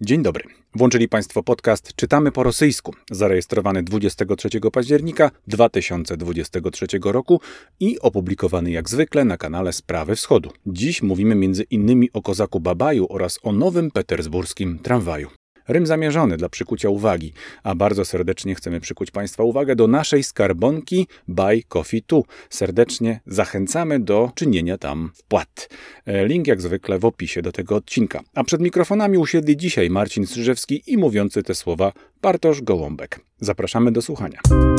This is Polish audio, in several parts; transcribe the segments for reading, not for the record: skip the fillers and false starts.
Dzień dobry. Włączyli Państwo podcast Czytamy po rosyjsku, zarejestrowany 23 października 2023 roku i opublikowany jak zwykle na kanale Sprawy Wschodu. Dziś mówimy m.in. o kozaku Babaju oraz o nowym petersburskim tramwaju. Rym zamierzony dla przykucia uwagi, a bardzo serdecznie chcemy przykuć Państwa uwagę do naszej skarbonki Buy Coffee Tu. Serdecznie zachęcamy do czynienia tam wpłat. Link jak zwykle w opisie do tego odcinka. A przed mikrofonami usiedli dzisiaj Marcin Strzyżewski i mówiący te słowa Bartosz Gołąbek. Zapraszamy do słuchania.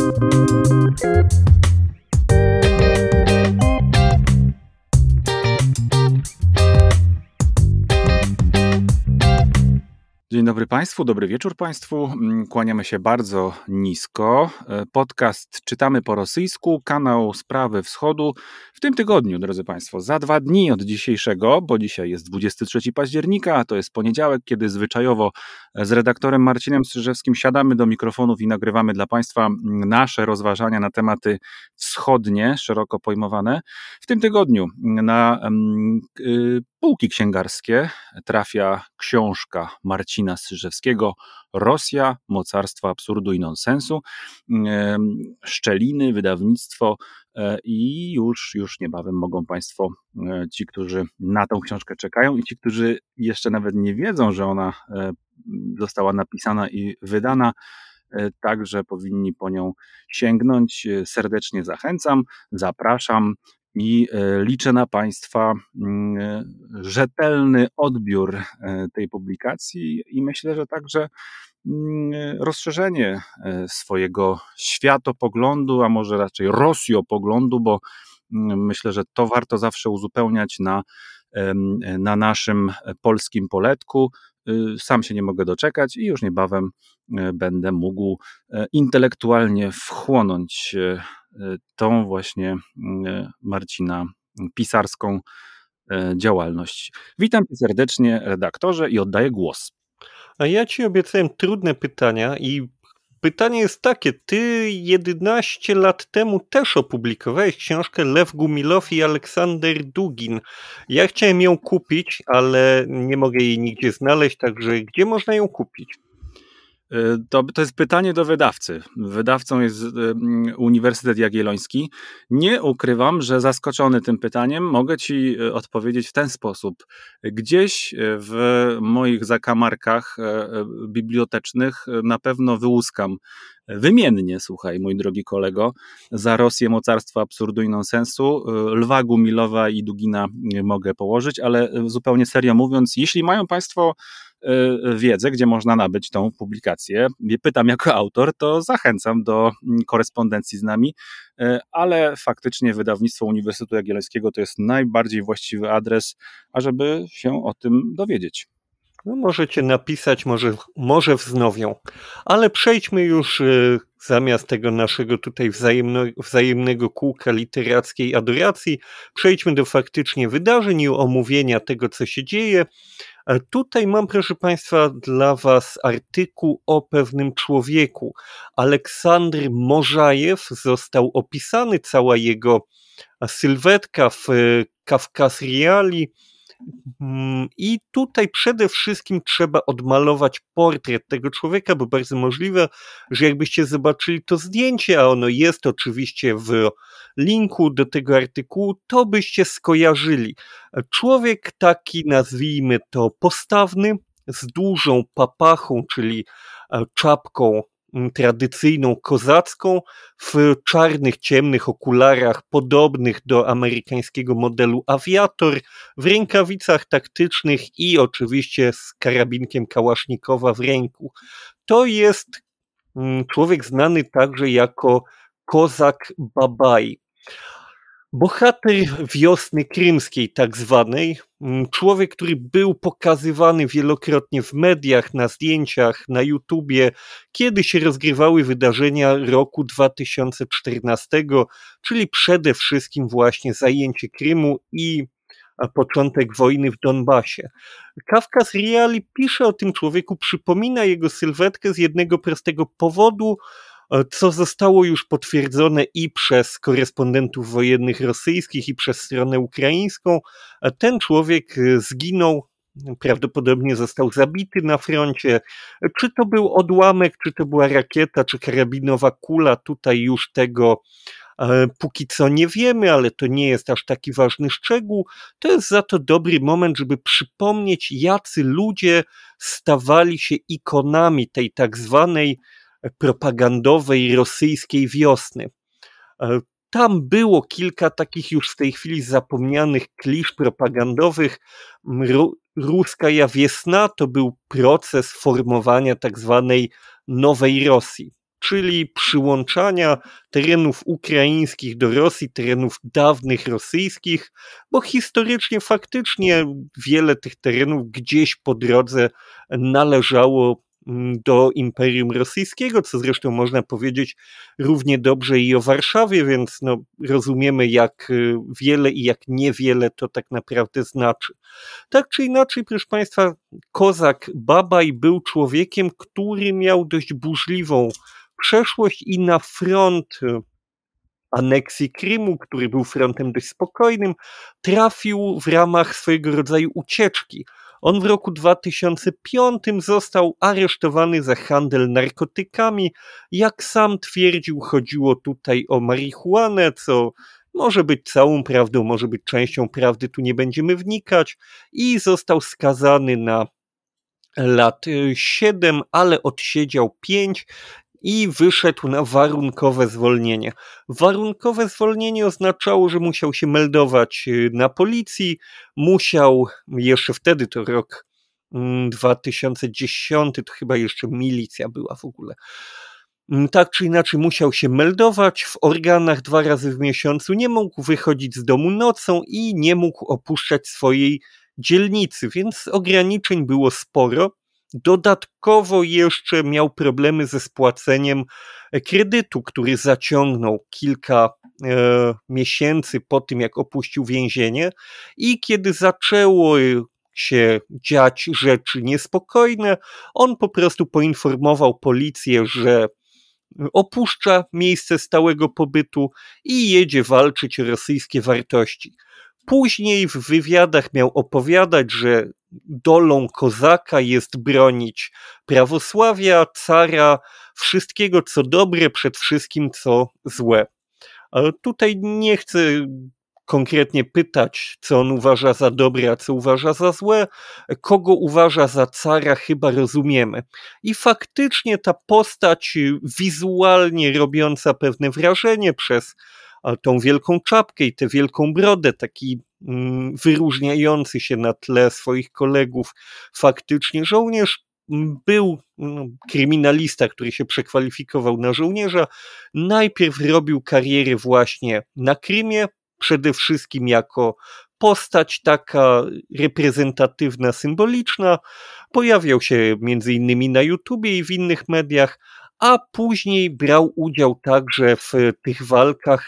Dzień dobry Państwu, dobry wieczór Państwu. Kłaniamy się bardzo nisko. Podcast Czytamy po rosyjsku, kanał Sprawy Wschodu. W tym tygodniu, drodzy Państwo, za 2 dni od dzisiejszego, bo dzisiaj jest 23 października, a to jest poniedziałek, kiedy zwyczajowo z redaktorem Marcinem Strzyżewskim siadamy do mikrofonów i nagrywamy dla Państwa nasze rozważania na tematy wschodnie, szeroko pojmowane. W tym tygodniu na półki księgarskie trafia książka Marcina Strzyżewskiego Rosja, mocarstwo absurdu i nonsensu. Szczeliny, wydawnictwo i już niebawem mogą Państwo, ci, którzy na tą książkę czekają i ci, którzy jeszcze nawet nie wiedzą, że ona została napisana i wydana, także powinni po nią sięgnąć. Serdecznie zachęcam, zapraszam i liczę na Państwa rzetelny odbiór tej publikacji i myślę, że także rozszerzenie swojego światopoglądu, a może raczej rosjopoglądu, bo myślę, że to warto zawsze uzupełniać na naszym polskim poletku. Sam się nie mogę doczekać i już niebawem będę mógł intelektualnie wchłonąć tą właśnie Marcina pisarską działalność. Witam Cię serdecznie, redaktorze, i oddaję głos. A ja Ci obiecałem trudne pytania i pytanie jest takie. Ty 11 lat temu też opublikowałeś książkę Lew Gumilow i Aleksander Dugin. Ja chciałem ją kupić, ale nie mogę jej nigdzie znaleźć, także gdzie można ją kupić? To jest pytanie do wydawcy. Wydawcą jest Uniwersytet Jagielloński. Nie ukrywam, że zaskoczony tym pytaniem mogę Ci odpowiedzieć w ten sposób. Gdzieś w moich zakamarkach bibliotecznych na pewno wyłuskam wymiennie, słuchaj, mój drogi kolego, za Rosję, mocarstwo absurdu i nonsensu. Lwa Gumilowa i Dugina mogę położyć, ale zupełnie serio mówiąc, jeśli mają Państwo wiedzę, gdzie można nabyć tą publikację, pytam jako autor, to zachęcam do korespondencji z nami, ale faktycznie wydawnictwo Uniwersytetu Jagiellońskiego to jest najbardziej właściwy adres, ażeby się o tym dowiedzieć. No, możecie napisać, może wznowią. Ale przejdźmy już zamiast tego naszego tutaj wzajemnego kółka literackiej adoracji, przejdźmy do faktycznie wydarzeń i omówienia tego, co się dzieje. Tutaj mam, proszę Państwa, dla Was artykuł o pewnym człowieku. Aleksandr Morzajew został opisany, cała jego sylwetka w Kawkaz Reali. I tutaj przede wszystkim trzeba odmalować portret tego człowieka, bo bardzo możliwe, że jakbyście zobaczyli to zdjęcie, a ono jest oczywiście w linku do tego artykułu, to byście skojarzyli. Człowiek taki, nazwijmy to, postawny, z dużą papachą, czyli czapką tradycyjną kozacką, w czarnych, ciemnych okularach podobnych do amerykańskiego modelu Aviator, w rękawicach taktycznych i oczywiście z karabinkiem Kałasznikowa w ręku. To jest człowiek znany także jako kozak Babaj. Bohater wiosny krymskiej tak zwanej, człowiek, który był pokazywany wielokrotnie w mediach, na zdjęciach, na YouTubie, kiedy się rozgrywały wydarzenia roku 2014, czyli przede wszystkim właśnie zajęcie Krymu i początek wojny w Donbasie. Kawkaz Reali pisze o tym człowieku, przypomina jego sylwetkę z jednego prostego powodu, co zostało już potwierdzone i przez korespondentów wojennych rosyjskich, i przez stronę ukraińską. Ten człowiek zginął prawdopodobnie został zabity na froncie. Czy to był odłamek, czy to była rakieta, czy karabinowa kula, tutaj już tego póki co nie wiemy, ale to nie jest aż taki ważny szczegół. To jest za to dobry moment, żeby przypomnieć, jacy ludzie stawali się ikonami tej tak zwanej propagandowej rosyjskiej wiosny. Tam było kilka takich już w tej chwili zapomnianych klisz propagandowych. Ruskaja wiesna to był proces formowania tak zwanej nowej Rosji, czyli przyłączania terenów ukraińskich do Rosji, terenów dawnych rosyjskich, bo historycznie faktycznie wiele tych terenów gdzieś po drodze należało do Imperium Rosyjskiego, co zresztą można powiedzieć równie dobrze i o Warszawie, więc no, rozumiemy, jak wiele i jak niewiele to tak naprawdę znaczy. Tak czy inaczej, proszę Państwa, Kozak Babaj był człowiekiem, który miał dość burzliwą przeszłość i na front aneksji Krymu, który był frontem dość spokojnym, trafił w ramach swojego rodzaju ucieczki. On w roku 2005 został aresztowany za handel narkotykami. Jak sam twierdził, chodziło tutaj o marihuanę, co może być całą prawdą, może być częścią prawdy, tu nie będziemy wnikać, i został skazany na lat 7, ale odsiedział 5 i wyszedł na warunkowe zwolnienie. Warunkowe zwolnienie oznaczało, że musiał się meldować na policji, musiał, jeszcze wtedy to rok 2010, to chyba jeszcze milicja była w ogóle. Tak czy inaczej musiał się meldować w organach 2 razy w miesiącu, nie mógł wychodzić z domu nocą i nie mógł opuszczać swojej dzielnicy, więc ograniczeń było sporo. Dodatkowo jeszcze miał problemy ze spłaceniem kredytu, który zaciągnął kilka miesięcy po tym, jak opuścił więzienie, i kiedy zaczęło się dziać rzeczy niespokojne, on po prostu poinformował policję, że opuszcza miejsce stałego pobytu i jedzie walczyć o rosyjskie wartości. Później w wywiadach miał opowiadać, że dolą kozaka jest bronić prawosławia, cara, wszystkiego co dobre przed wszystkim co złe. Ale tutaj nie chcę konkretnie pytać, co on uważa za dobre, a co uważa za złe. Kogo uważa za cara, chyba rozumiemy. I faktycznie ta postać wizualnie robiąca pewne wrażenie przez tą wielką czapkę i tę wielką brodę, taki wyróżniający się na tle swoich kolegów faktycznie żołnierz, był kryminalista, który się przekwalifikował na żołnierza. Najpierw robił karierę właśnie na Krymie, przede wszystkim jako postać taka reprezentatywna, symboliczna. Pojawiał się między innymi na YouTubie i w innych mediach, a później brał udział także w tych walkach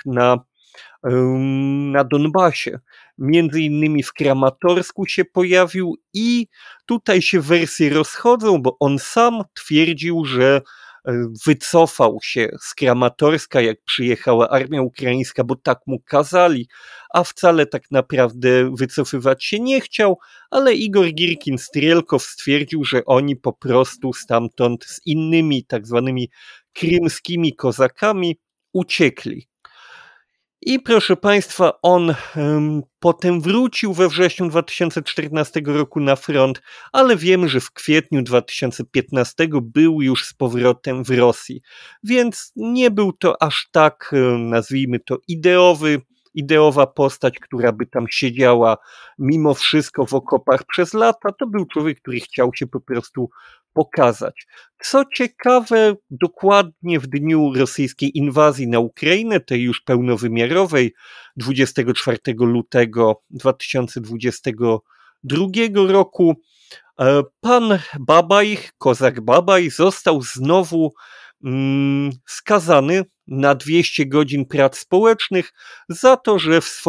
na Donbasie. Między innymi w Kramatorsku się pojawił i tutaj się wersje rozchodzą, bo on sam twierdził, że wycofał się z Kramatorska, jak przyjechała armia ukraińska, bo tak mu kazali, a wcale tak naprawdę wycofywać się nie chciał, ale Igor Girkin-Strielkow stwierdził, że oni po prostu stamtąd z innymi tak zwanymi krymskimi kozakami uciekli. I proszę Państwa, on potem wrócił we wrześniu 2014 roku na front, ale wiemy, że w kwietniu 2015 był już z powrotem w Rosji. Więc nie był to aż tak, nazwijmy to, ideowa postać, która by tam siedziała mimo wszystko w okopach przez lata. To był człowiek, który chciał się po prostu pokazać. Co ciekawe, dokładnie w dniu rosyjskiej inwazji na Ukrainę, tej już pełnowymiarowej, 24 lutego 2022 roku, pan Babaj, Kozak Babaj, został znowu skazany na 200 godzin prac społecznych za to, że w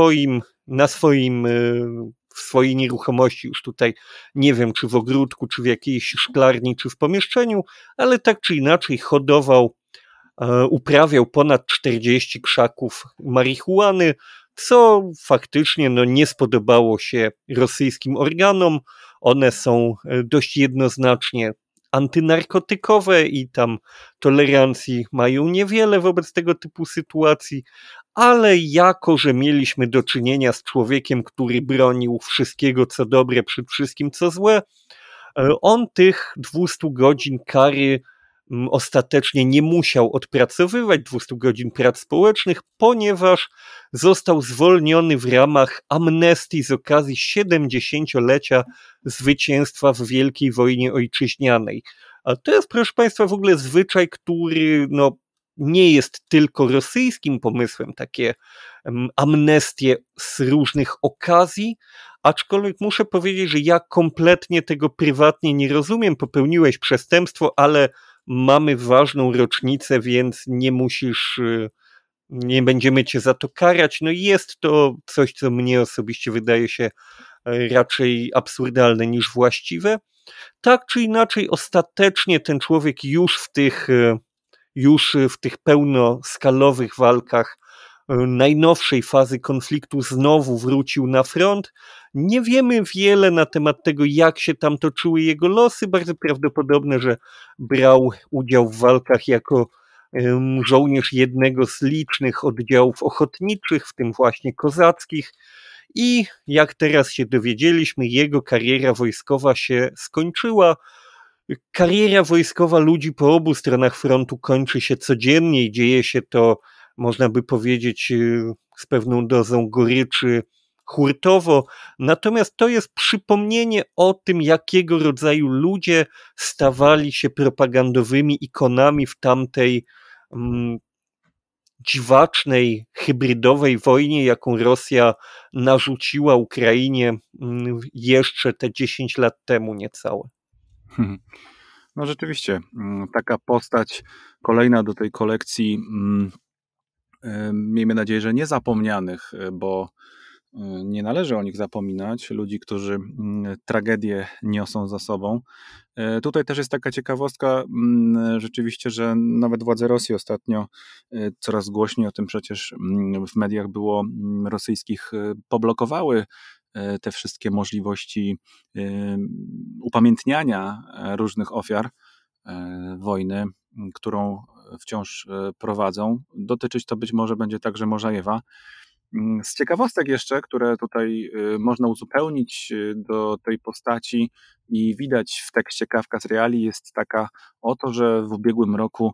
swojej nieruchomości, już tutaj nie wiem, czy w ogródku, czy w jakiejś szklarni, czy w pomieszczeniu, ale tak czy inaczej uprawiał ponad 40 krzaków marihuany, co faktycznie nie spodobało się rosyjskim organom. One są dość jednoznacznie antynarkotykowe i tam tolerancji mają niewiele wobec tego typu sytuacji, ale jako, że mieliśmy do czynienia z człowiekiem, który bronił wszystkiego co dobre przed wszystkim co złe, on tych 200 godzin kary ostatecznie nie musiał odpracowywać, 200 godzin prac społecznych, ponieważ został zwolniony w ramach amnestii z okazji 70-lecia zwycięstwa w Wielkiej Wojnie Ojczyźnianej. A to jest, proszę Państwa, w ogóle zwyczaj, który nie jest tylko rosyjskim pomysłem, takie amnestie z różnych okazji, aczkolwiek muszę powiedzieć, że ja kompletnie tego prywatnie nie rozumiem. Popełniłeś przestępstwo, ale mamy ważną rocznicę, więc nie będziemy cię za to karać. Jest to coś, co mnie osobiście wydaje się raczej absurdalne niż właściwe. Tak czy inaczej, ostatecznie ten człowiek już w tych pełnoskalowych walkach najnowszej fazy konfliktu znowu wrócił na front. Nie wiemy wiele na temat tego, jak się tam toczyły jego losy. Bardzo prawdopodobne, że brał udział w walkach jako żołnierz jednego z licznych oddziałów ochotniczych, w tym właśnie kozackich. I jak teraz się dowiedzieliśmy, jego kariera wojskowa się skończyła. Kariera wojskowa ludzi po obu stronach frontu kończy się codziennie i dzieje się to, można by powiedzieć, z pewną dozą goryczy, hurtowo. Natomiast to jest przypomnienie o tym, jakiego rodzaju ludzie stawali się propagandowymi ikonami w tamtej dziwacznej, hybrydowej wojnie, jaką Rosja narzuciła Ukrainie jeszcze te 10 lat temu niecałe. No rzeczywiście, taka postać kolejna do tej kolekcji, miejmy nadzieję, że niezapomnianych, bo nie należy o nich zapominać, ludzi, którzy tragedię niosą za sobą. Tutaj też jest taka ciekawostka rzeczywiście, że nawet władze Rosji ostatnio coraz głośniej o tym przecież w mediach było rosyjskich, poblokowały te wszystkie możliwości upamiętniania różnych ofiar wojny, którą wciąż prowadzą. Dotyczyć to być może będzie także Morzajewa. Z ciekawostek jeszcze, które tutaj można uzupełnić do tej postaci i widać w tekście Kafka z Reali, jest taka oto, że w ubiegłym roku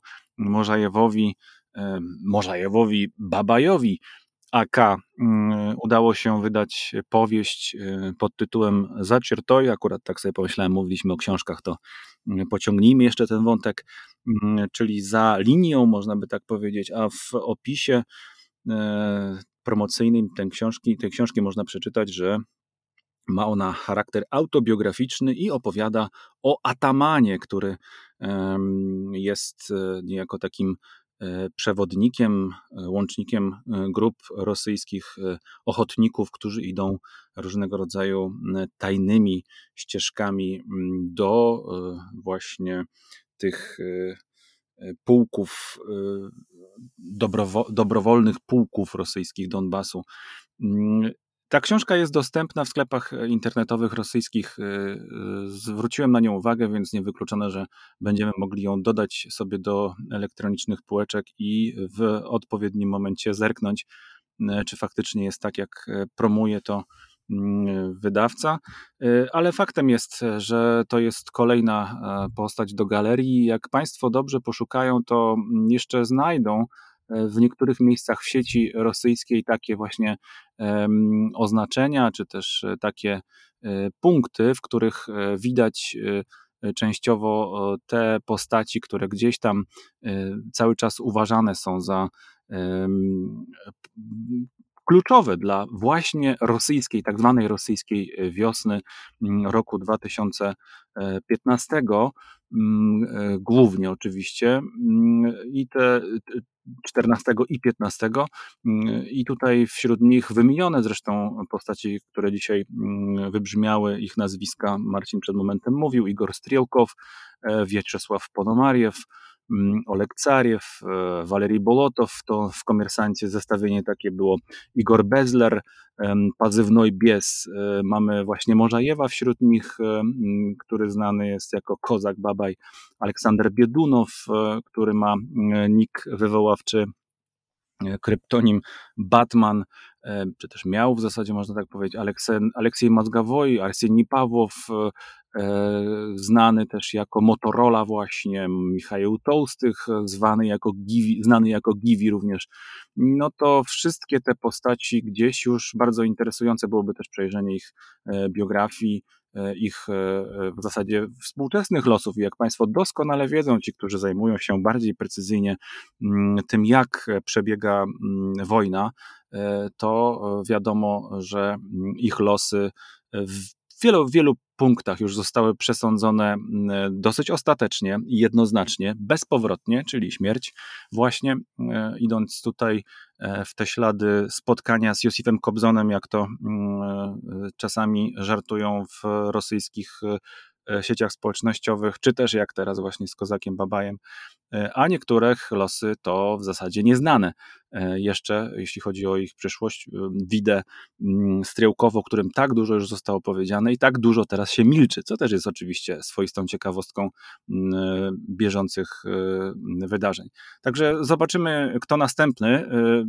Morzajewowi Babajowi AK udało się wydać powieść pod tytułem Zaczertoj. Akurat tak sobie pomyślałem, mówiliśmy o książkach, to pociągnijmy jeszcze ten wątek, czyli za linią, można by tak powiedzieć, a w opisie promocyjnym tej książki można przeczytać, że ma ona charakter autobiograficzny i opowiada o atamanie, który jest niejako takim przewodnikiem, łącznikiem grup rosyjskich ochotników, którzy idą różnego rodzaju tajnymi ścieżkami do właśnie tych pułków, dobrowolnych pułków rosyjskich Donbasu. Ta książka jest dostępna w sklepach internetowych rosyjskich. Zwróciłem na nią uwagę, więc niewykluczone, że będziemy mogli ją dodać sobie do elektronicznych półeczek i w odpowiednim momencie zerknąć, czy faktycznie jest tak, jak promuje to wydawca, ale faktem jest, że to jest kolejna postać do galerii. Jak Państwo dobrze poszukają, to jeszcze znajdą w niektórych miejscach w sieci rosyjskiej takie właśnie oznaczenia, czy też takie punkty, w których widać częściowo te postaci, które gdzieś tam cały czas uważane są za kluczowe dla właśnie rosyjskiej, tak zwanej rosyjskiej wiosny roku 2015, głównie oczywiście, i te 14 i 15. I tutaj wśród nich wymienione zresztą postaci, które dzisiaj wybrzmiały, ich nazwiska Marcin przed momentem mówił, Igor Strielkow, Wieczesław Ponomariew, Oleg Cariew, Walerii Bolotow, to w Komersancie zestawienie takie było, Igor Bezler, Pazywnoj Bies, mamy właśnie Morzajewa wśród nich, który znany jest jako Kozak Babaj, Aleksander Biedunow, który ma nick wywoławczy, kryptonim Batman, czy też miał w zasadzie, można tak powiedzieć, Aleksiej Mazgawoj, Arsenij Pawłow, znany też jako Motorola właśnie, Michał Tołstych, znany jako Givi również. No to wszystkie te postaci gdzieś już bardzo interesujące byłoby też przejrzenie ich biografii, ich w zasadzie współczesnych losów. I jak Państwo doskonale wiedzą, ci, którzy zajmują się bardziej precyzyjnie tym, jak przebiega wojna, to wiadomo, że ich losy w wielu punktach już zostały przesądzone dosyć ostatecznie i jednoznacznie, bezpowrotnie, czyli śmierć. Właśnie idąc tutaj w te ślady spotkania z Józefem Kobzonem, jak to czasami żartują w rosyjskich sieciach społecznościowych, czy też jak teraz właśnie z Kozakiem Babajem, a niektórych losy to w zasadzie nieznane. Jeszcze, jeśli chodzi o ich przyszłość, widzę Stryłkowo, o którym tak dużo już zostało powiedziane i tak dużo teraz się milczy, co też jest oczywiście swoistą ciekawostką bieżących wydarzeń. Także zobaczymy, kto następny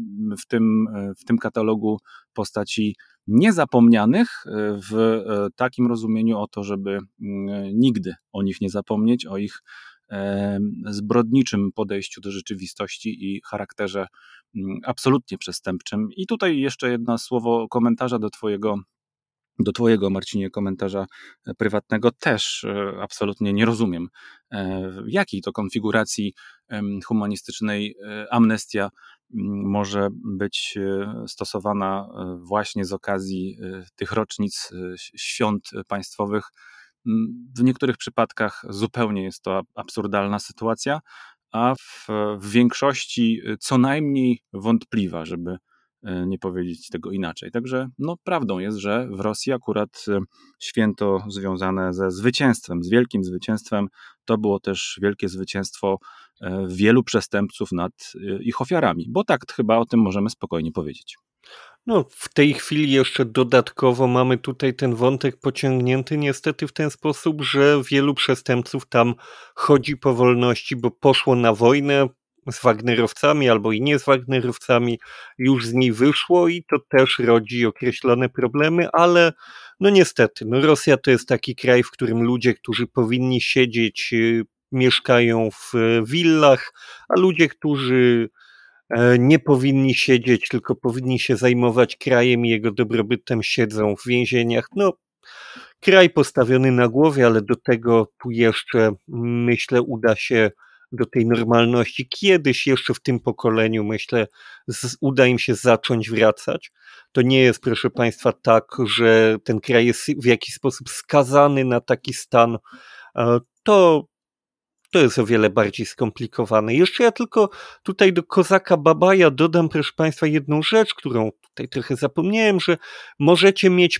w tym katalogu postaci niezapomnianych, w takim rozumieniu o to, żeby nigdy o nich nie zapomnieć, o ich zbrodniczym podejściu do rzeczywistości i charakterze absolutnie przestępczym. I tutaj jeszcze jedno słowo komentarza do twojego, Marcinie, komentarza prywatnego. Też absolutnie nie rozumiem, w jakiej to konfiguracji humanistycznej amnestia może być stosowana właśnie z okazji tych rocznic świąt państwowych. W niektórych przypadkach zupełnie jest to absurdalna sytuacja, a w większości co najmniej wątpliwa, żeby nie powiedzieć tego inaczej. Także prawdą jest, że w Rosji akurat święto związane ze zwycięstwem, z wielkim zwycięstwem, to było też wielkie zwycięstwo wielu przestępców nad ich ofiarami, bo tak chyba o tym możemy spokojnie powiedzieć. No, w tej chwili jeszcze dodatkowo mamy tutaj ten wątek pociągnięty niestety w ten sposób, że wielu przestępców tam chodzi po wolności, bo poszło na wojnę z Wagnerowcami albo i nie z Wagnerowcami, już z niej wyszło i to też rodzi określone problemy, ale niestety, Rosja to jest taki kraj, w którym ludzie, którzy powinni siedzieć, mieszkają w willach, a ludzie, którzy nie powinni siedzieć, tylko powinni się zajmować krajem i jego dobrobytem, siedzą w więzieniach. Kraj postawiony na głowie, ale do tego tu jeszcze, myślę, uda się do tej normalności. Kiedyś jeszcze w tym pokoleniu, myślę, uda im się zacząć wracać. To nie jest, proszę Państwa, tak, że ten kraj jest w jakiś sposób skazany na taki stan. To jest o wiele bardziej skomplikowane. Jeszcze ja tylko tutaj do Kozaka Babaja dodam, proszę Państwa, jedną rzecz, którą tutaj trochę zapomniałem, że możecie mieć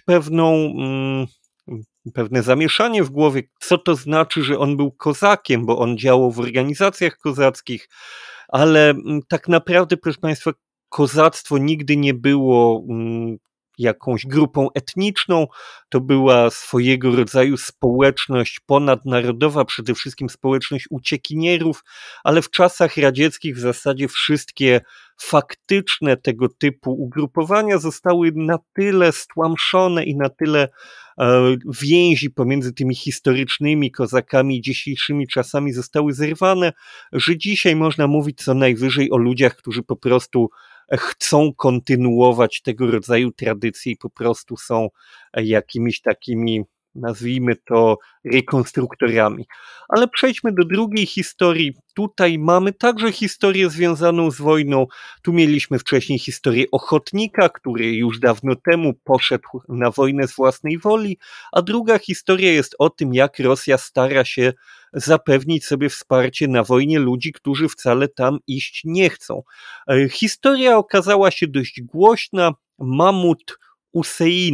pewne zamieszanie w głowie, co to znaczy, że on był kozakiem, bo on działał w organizacjach kozackich, ale tak naprawdę, proszę Państwa, kozactwo nigdy nie było jakąś grupą etniczną, to była swojego rodzaju społeczność ponadnarodowa, przede wszystkim społeczność uciekinierów, ale w czasach radzieckich w zasadzie wszystkie faktyczne tego typu ugrupowania zostały na tyle stłamszone i na tyle więzi pomiędzy tymi historycznymi kozakami i dzisiejszymi czasami zostały zerwane, że dzisiaj można mówić co najwyżej o ludziach, którzy po prostu chcą kontynuować tego rodzaju tradycje i po prostu są jakimiś takimi, nazwijmy to, rekonstruktorami. Ale przejdźmy do drugiej historii. Tutaj mamy także historię związaną z wojną. Tu mieliśmy wcześniej historię ochotnika, który już dawno temu poszedł na wojnę z własnej woli, a druga historia jest o tym, jak Rosja stara się zapewnić sobie wsparcie na wojnie ludzi, którzy wcale tam iść nie chcą. Historia okazała się dość głośna. Mamut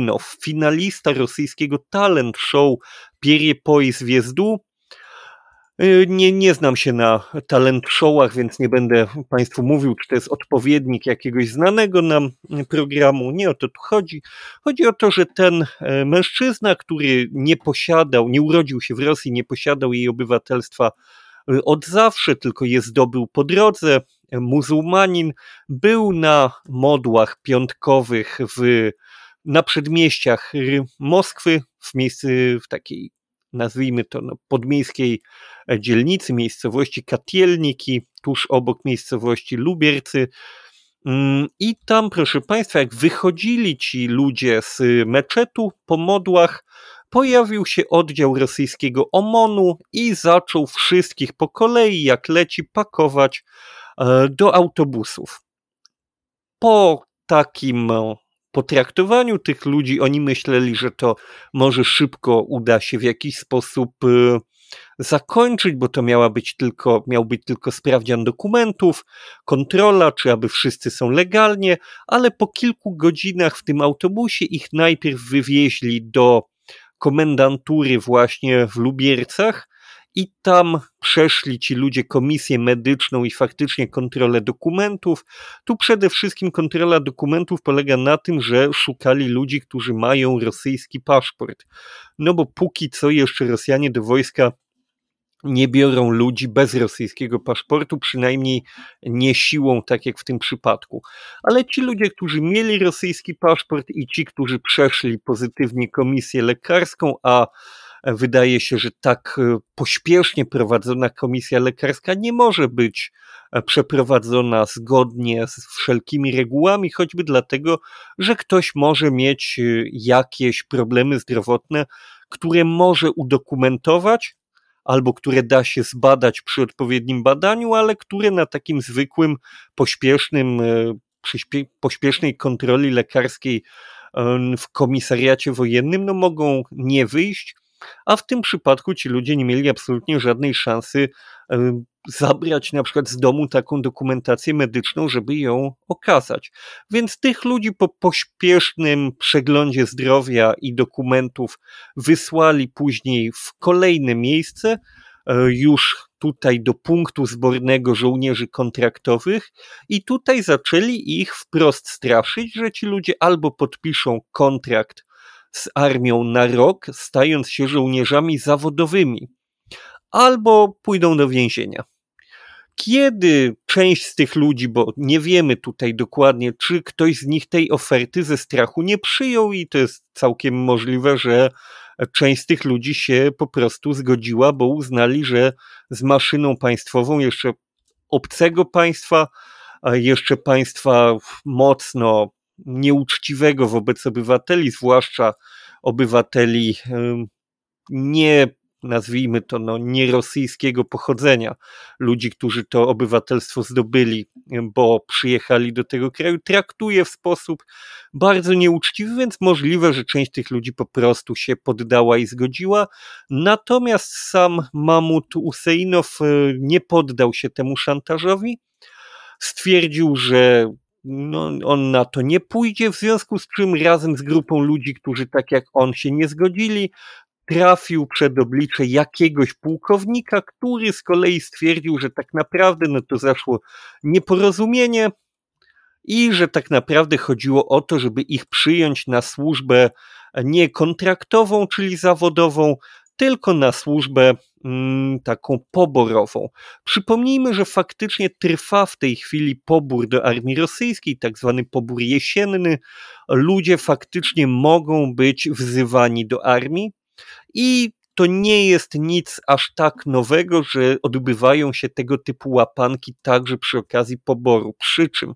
finalista rosyjskiego talent show Pierre Pois Zwiezdu, Nie znam się na talent showach, więc nie będę Państwu mówił, czy to jest odpowiednik jakiegoś znanego nam programu. Nie o to tu chodzi. Chodzi o to, że ten mężczyzna, który nie urodził się w Rosji, nie posiadał jej obywatelstwa od zawsze, tylko je zdobył po drodze, muzułmanin, był na modłach piątkowych na przedmieściach Moskwy, w takiej, nazwijmy to, podmiejskiej dzielnicy, miejscowości Katielniki, tuż obok miejscowości Lubiercy. I tam, proszę Państwa, jak wychodzili ci ludzie z meczetu po modłach, pojawił się oddział rosyjskiego OMON-u i zaczął wszystkich po kolei, jak leci, pakować do autobusów. Po takim potraktowaniu tych ludzi oni myśleli, że to może szybko uda się w jakiś sposób zakończyć, bo to miał być tylko sprawdzian dokumentów, kontrola, czy aby wszyscy są legalnie, ale po kilku godzinach w tym autobusie ich najpierw wywieźli do komendantury właśnie w Lubiercach i tam przeszli ci ludzie komisję medyczną i faktycznie kontrolę dokumentów. Tu przede wszystkim kontrola dokumentów polega na tym, że szukali ludzi, którzy mają rosyjski paszport. No bo póki co jeszcze Rosjanie do wojska nie biorą ludzi bez rosyjskiego paszportu, przynajmniej nie siłą, tak jak w tym przypadku. Ale ci ludzie, którzy mieli rosyjski paszport i ci, którzy przeszli pozytywnie komisję lekarską, a wydaje się, że tak pośpiesznie prowadzona komisja lekarska nie może być przeprowadzona zgodnie z wszelkimi regułami, choćby dlatego, że ktoś może mieć jakieś problemy zdrowotne, które może udokumentować, albo które da się zbadać przy odpowiednim badaniu, ale które na takim zwykłym, pośpiesznej kontroli lekarskiej w komisariacie wojennym mogą nie wyjść, a w tym przypadku ci ludzie nie mieli absolutnie żadnej szansy zabrać na przykład z domu taką dokumentację medyczną, żeby ją okazać. Więc tych ludzi po pośpiesznym przeglądzie zdrowia i dokumentów wysłali później w kolejne miejsce, już tutaj do punktu zbornego żołnierzy kontraktowych i tutaj zaczęli ich wprost straszyć, że ci ludzie albo podpiszą kontrakt z armią na rok, stając się żołnierzami zawodowymi, albo pójdą do więzienia. Kiedy część z tych ludzi, bo nie wiemy tutaj dokładnie, czy ktoś z nich tej oferty ze strachu nie przyjął i to jest całkiem możliwe, że część z tych ludzi się po prostu zgodziła, bo uznali, że z maszyną państwową jeszcze obcego państwa, jeszcze państwa mocno nieuczciwego wobec obywateli, zwłaszcza obywateli nie, nazwijmy to, nie rosyjskiego pochodzenia, ludzi, którzy to obywatelstwo zdobyli, bo przyjechali do tego kraju, traktuje w sposób bardzo nieuczciwy, więc możliwe, że część tych ludzi po prostu się poddała i zgodziła. Natomiast sam Mahmud Useinow nie poddał się temu szantażowi. Stwierdził, że on na to nie pójdzie, w związku z czym razem z grupą ludzi, którzy tak jak on się nie zgodzili, trafił przed oblicze jakiegoś pułkownika, który z kolei stwierdził, że tak naprawdę to zaszło nieporozumienie i że tak naprawdę chodziło o to, żeby ich przyjąć na służbę nie kontraktową, czyli zawodową, tylko na służbę taką poborową. Przypomnijmy, że faktycznie trwa w tej chwili pobór do armii rosyjskiej, tak zwany pobór jesienny. Ludzie faktycznie mogą być wzywani do armii i to nie jest nic aż tak nowego, że odbywają się tego typu łapanki także przy okazji poboru. Przy czym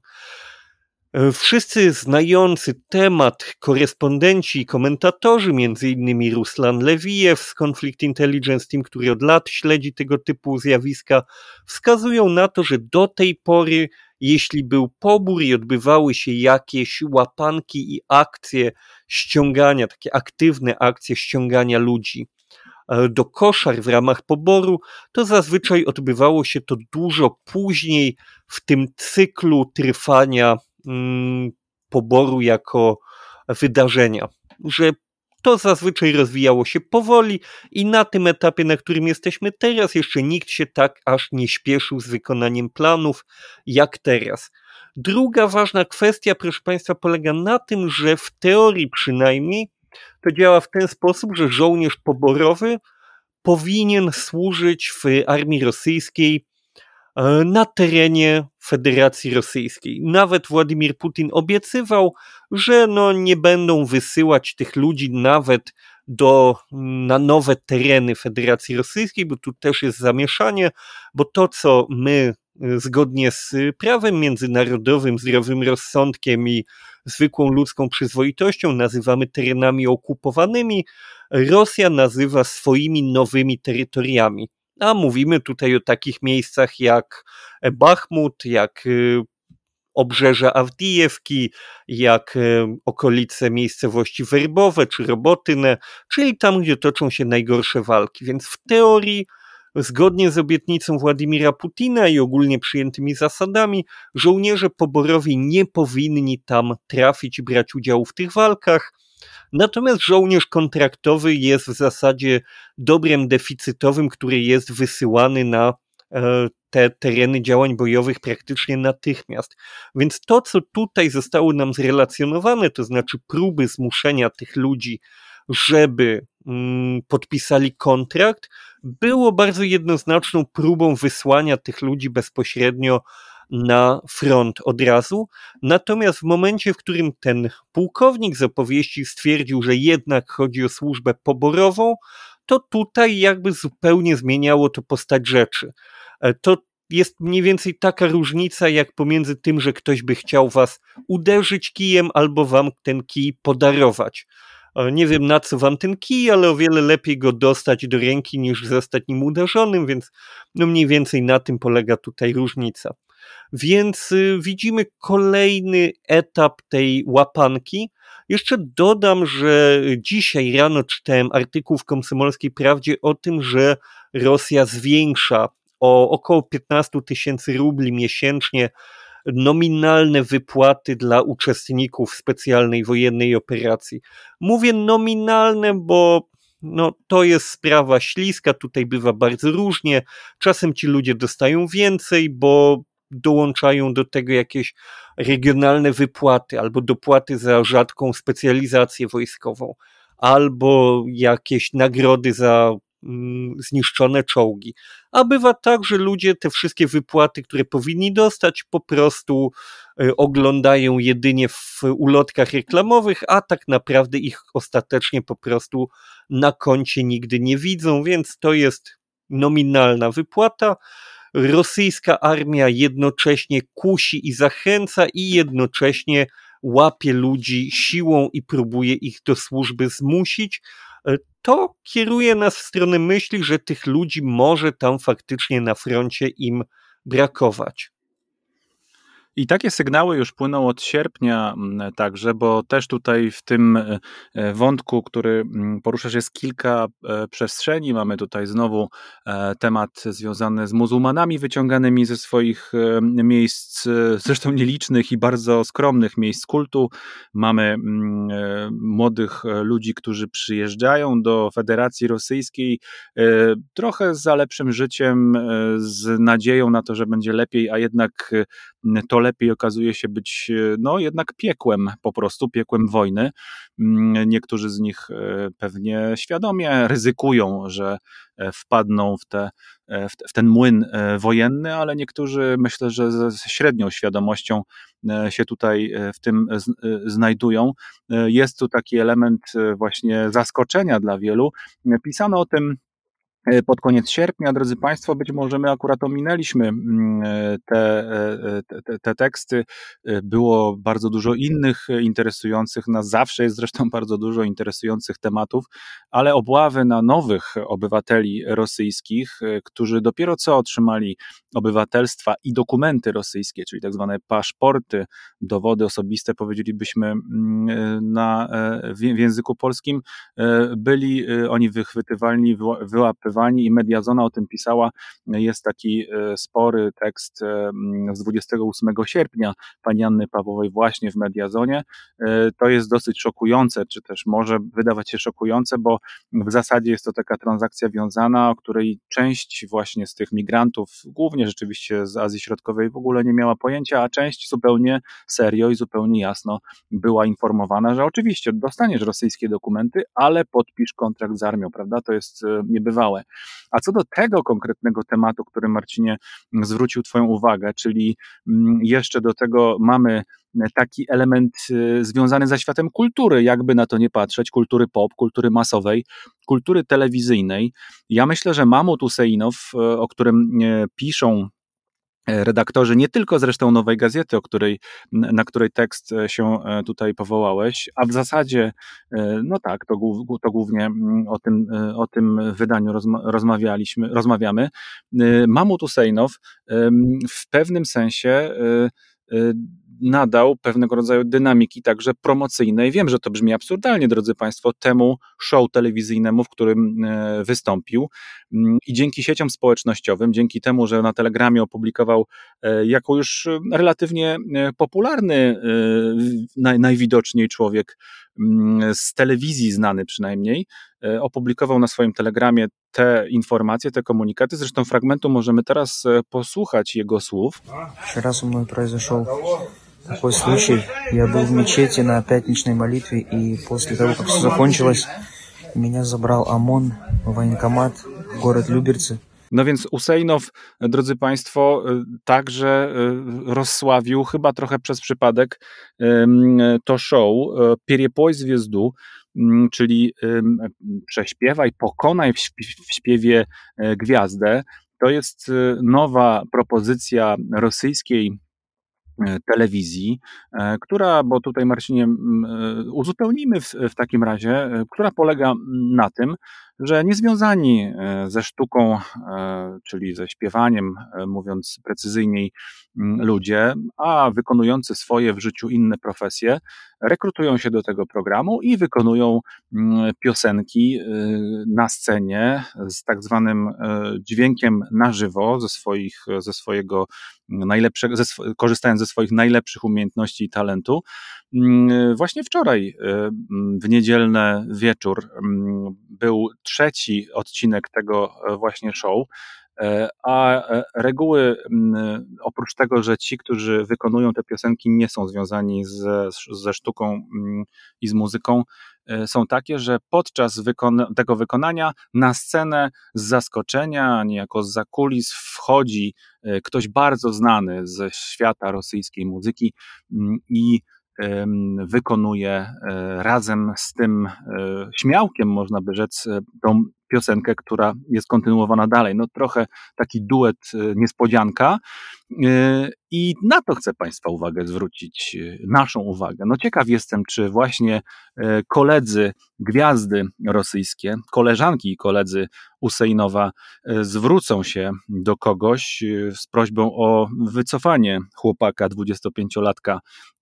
wszyscy znający temat korespondenci i komentatorzy, między innymi Ruslan Lewijew z Conflict Intelligence Team, który od lat śledzi tego typu zjawiska, wskazują na to, że do tej pory, jeśli był pobór i odbywały się jakieś łapanki i akcje ściągania, takie aktywne akcje ściągania ludzi do koszar w ramach poboru, to zazwyczaj odbywało się to dużo później w tym cyklu trwania poboru jako wydarzenia, że To zazwyczaj rozwijało się powoli i na tym etapie, na którym jesteśmy teraz, jeszcze nikt się tak aż nie śpieszył z wykonaniem planów jak teraz. Druga ważna kwestia, proszę Państwa, polega na tym, że w teorii przynajmniej to działa w ten sposób, że żołnierz poborowy powinien służyć w armii rosyjskiej na terenie Federacji Rosyjskiej. Nawet Władimir Putin obiecywał, że nie będą wysyłać tych ludzi nawet na nowe tereny Federacji Rosyjskiej, bo tu też jest zamieszanie, bo to, co my zgodnie z prawem międzynarodowym, zdrowym rozsądkiem i zwykłą ludzką przyzwoitością nazywamy terenami okupowanymi, Rosja nazywa swoimi nowymi terytoriami. A mówimy tutaj o takich miejscach jak Bachmut, jak obrzeża Awdijewki, jak okolice miejscowości Werbowe czy Robotynę, czyli tam, gdzie toczą się najgorsze walki. Więc w teorii, zgodnie z obietnicą Władimira Putina i ogólnie przyjętymi zasadami, żołnierze poborowi nie powinni tam trafić i brać udziału w tych walkach. Natomiast żołnierz kontraktowy jest w zasadzie dobrem deficytowym, który jest wysyłany na te tereny działań bojowych praktycznie natychmiast. Więc to, co tutaj zostało nam zrelacjonowane, to znaczy próby zmuszenia tych ludzi, żeby podpisali kontrakt, było bardzo jednoznaczną próbą wysłania tych ludzi bezpośrednio na front od razu. Natomiast w momencie, w którym ten pułkownik z opowieści stwierdził, że jednak chodzi o służbę poborową, to tutaj jakby zupełnie zmieniało to postać rzeczy. To jest mniej więcej taka różnica jak pomiędzy tym, że ktoś by chciał was uderzyć kijem albo wam ten kij podarować. Nie wiem, na co wam ten kij, ale o wiele lepiej go dostać do ręki niż zostać nim uderzonym, więc mniej więcej na tym polega tutaj różnica. Więc widzimy kolejny etap tej łapanki. Jeszcze dodam, że dzisiaj rano czytałem artykuł w Komsomolskiej Prawdzie o tym, że Rosja zwiększa o około 15 000 rubli miesięcznie nominalne wypłaty dla uczestników specjalnej wojennej operacji. Mówię nominalne, bo to jest sprawa śliska, tutaj bywa bardzo różnie. Czasem ci ludzie dostają więcej, bo dołączają do tego jakieś regionalne wypłaty albo dopłaty za rzadką specjalizację wojskową, albo jakieś nagrody za zniszczone czołgi. A bywa tak, że ludzie te wszystkie wypłaty, które powinni dostać, po prostu oglądają jedynie w ulotkach reklamowych, a tak naprawdę ich ostatecznie po prostu na koncie nigdy nie widzą, więc to jest nominalna wypłata. Rosyjska armia jednocześnie kusi i zachęca i jednocześnie łapie ludzi siłą i próbuje ich do służby zmusić. To kieruje nas w stronę myśli, że tych ludzi może tam faktycznie na froncie im brakować. I takie sygnały już płyną od sierpnia także, bo też tutaj w tym wątku, który poruszasz, jest kilka przestrzeni. Mamy tutaj znowu temat związany z muzułmanami wyciąganymi ze swoich miejsc, zresztą nielicznych i bardzo skromnych miejsc kultu. Mamy młodych ludzi, którzy przyjeżdżają do Federacji Rosyjskiej trochę za lepszym życiem, z nadzieją na to, że będzie lepiej, a jednak to lepiej okazuje się być jednak piekłem, po prostu piekłem wojny. Niektórzy z nich pewnie świadomie ryzykują, że wpadną w ten młyn wojenny, ale niektórzy, myślę, że ze średnią świadomością się tutaj w tym znajdują. Jest tu taki element właśnie zaskoczenia dla wielu. Pisano o tym pod koniec sierpnia, drodzy Państwo, być może my akurat ominęliśmy te teksty. Było bardzo dużo innych interesujących nas, zawsze jest zresztą bardzo dużo interesujących tematów, ale obławy na nowych obywateli rosyjskich, którzy dopiero co otrzymali obywatelstwa i dokumenty rosyjskie, czyli tak zwane paszporty, dowody osobiste, powiedzielibyśmy w języku polskim, byli oni wychwytywalni, wyłapywani powoływani i Mediazona o tym pisała. Jest taki spory tekst z 28 sierpnia pani Anny Pawłowej właśnie w Mediazonie. To jest dosyć szokujące, czy też może wydawać się szokujące, bo w zasadzie jest to taka transakcja wiązana, o której część właśnie z tych migrantów, głównie rzeczywiście z Azji Środkowej, w ogóle nie miała pojęcia, a część zupełnie serio i zupełnie jasno była informowana, że oczywiście dostaniesz rosyjskie dokumenty, ale podpisz kontrakt z armią, prawda? To jest niebywałe. A co do tego konkretnego tematu, który Marcinie zwrócił twoją uwagę, czyli jeszcze do tego mamy taki element związany ze światem kultury, jakby na to nie patrzeć, kultury pop, kultury masowej, kultury telewizyjnej. Ja myślę, że Mamut Useinow, o którym piszą redaktorzy nie tylko zresztą Nowej Gazety, na której tekst się tutaj powołałeś, a w zasadzie, no tak, to głównie o tym wydaniu rozmawiamy. Mamut Useinow w pewnym sensie nadał pewnego rodzaju dynamiki także promocyjnej. Wiem, że to brzmi absurdalnie, drodzy Państwo, temu show telewizyjnemu, w którym wystąpił i dzięki sieciom społecznościowym, dzięki temu, że na Telegramie opublikował jako już relatywnie popularny najwidoczniej człowiek z telewizji znany przynajmniej, opublikował na swoim Telegramie te informacje, te komunikaty. Zresztą fragmentu możemy teraz posłuchać jego słów. Вчера со мной произошел такой случай. Я был в мечети на пятничной молитве, и после того, как все закончилось, меня забрал ОМОН в военкомат в город Люберцы. No więc Useinow, drodzy Państwo, także rozsławił, chyba trochę przez przypadek, to show Перепой звезду, czyli prześpiewaj, pokonaj w śpiewie gwiazdę. To jest nowa propozycja rosyjskiej telewizji, która, bo tutaj Marcinie uzupełnimy w takim razie, która polega na tym, że niezwiązani ze sztuką, czyli ze śpiewaniem, mówiąc precyzyjniej, ludzie, a wykonujący swoje w życiu inne profesje, rekrutują się do tego programu i wykonują piosenki na scenie z tak zwanym dźwiękiem na żywo, ze swojego najlepszego, korzystając ze swoich najlepszych umiejętności i talentu. Właśnie wczoraj, w niedzielny wieczór, był trzeci odcinek tego właśnie show, a reguły, oprócz tego, że ci, którzy wykonują te piosenki, nie są związani ze sztuką i z muzyką, są takie, że podczas tego wykonania na scenę z zaskoczenia, niejako zza kulis wchodzi ktoś bardzo znany ze świata rosyjskiej muzyki i wykonuje razem z tym śmiałkiem, można by rzec, tą piosenkę, która jest kontynuowana dalej. No trochę taki duet niespodzianka i na to chcę Państwa uwagę zwrócić, naszą uwagę. No ciekaw jestem, czy właśnie koledzy, gwiazdy rosyjskie, koleżanki i koledzy Useinowa zwrócą się do kogoś z prośbą o wycofanie chłopaka 25-latka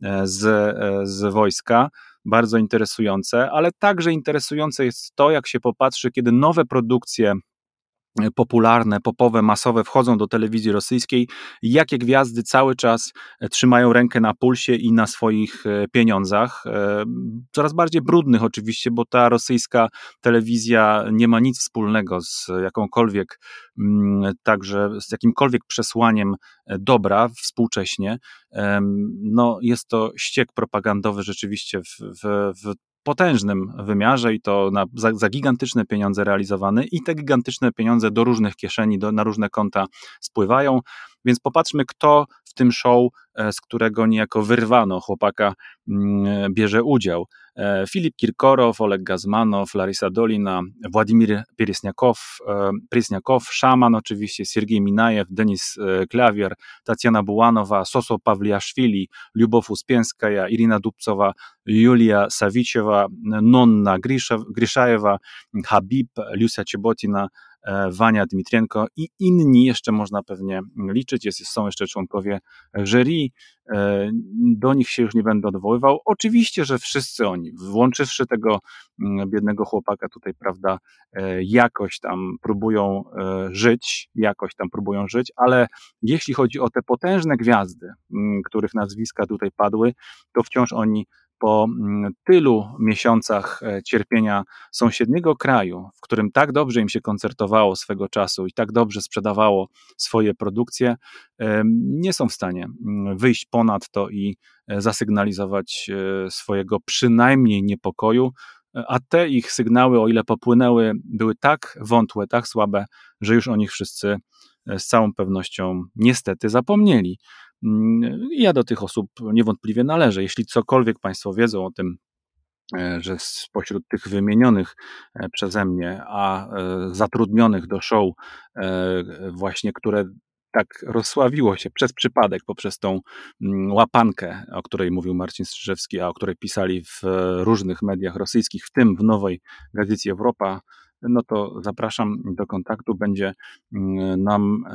z wojska. Bardzo interesujące, ale także interesujące jest to, jak się popatrzy, kiedy nowe produkcje popularne, popowe, masowe wchodzą do telewizji rosyjskiej, jakie gwiazdy cały czas trzymają rękę na pulsie i na swoich pieniądzach. Coraz bardziej brudnych oczywiście, bo ta rosyjska telewizja nie ma nic wspólnego z jakąkolwiek, także z jakimkolwiek przesłaniem dobra współcześnie. No, jest to ściek propagandowy rzeczywiście w potężnym wymiarze i to za gigantyczne pieniądze realizowany i te gigantyczne pieniądze do różnych kieszeni, na różne konta spływają, więc popatrzmy, kto w tym show, z którego niejako wyrwano chłopaka, bierze udział. Filip Kirkorow, Oleg Gazmanow, Larisa Dolina, Władimir Presniakow, Szaman oczywiście, Siergiej Minajew, Denis Klawier, Tatiana Bułanowa, Soso Pawliaszwili, Lubow Uspienskaja, Irina Dubcowa, Julia Sawiciewa, Nonna Griszajewa, Habib, Lucia Ciebotina, Wania Dmitrienko i inni jeszcze można pewnie liczyć. Są jeszcze członkowie jury, do nich się już nie będę odwoływał. Oczywiście, że wszyscy oni, włączywszy tego biednego chłopaka tutaj, prawda, jakoś tam próbują żyć, ale jeśli chodzi o te potężne gwiazdy, których nazwiska tutaj padły, to wciąż oni po tylu miesiącach cierpienia sąsiedniego kraju, w którym tak dobrze im się koncertowało swego czasu i tak dobrze sprzedawało swoje produkcje, nie są w stanie wyjść ponad to i zasygnalizować swojego przynajmniej niepokoju, a te ich sygnały, o ile popłynęły, były tak wątłe, tak słabe, że już o nich wszyscy z całą pewnością niestety zapomnieli. Ja do tych osób niewątpliwie należę. Jeśli cokolwiek Państwo wiedzą o tym, że spośród tych wymienionych przeze mnie, a zatrudnionych do show właśnie, które tak rozsławiło się przez przypadek, poprzez tą łapankę, o której mówił Marcin Strzyżewski, a o której pisali w różnych mediach rosyjskich, w tym w Nowej Gazecie Europa, no to zapraszam do kontaktu. Będzie nam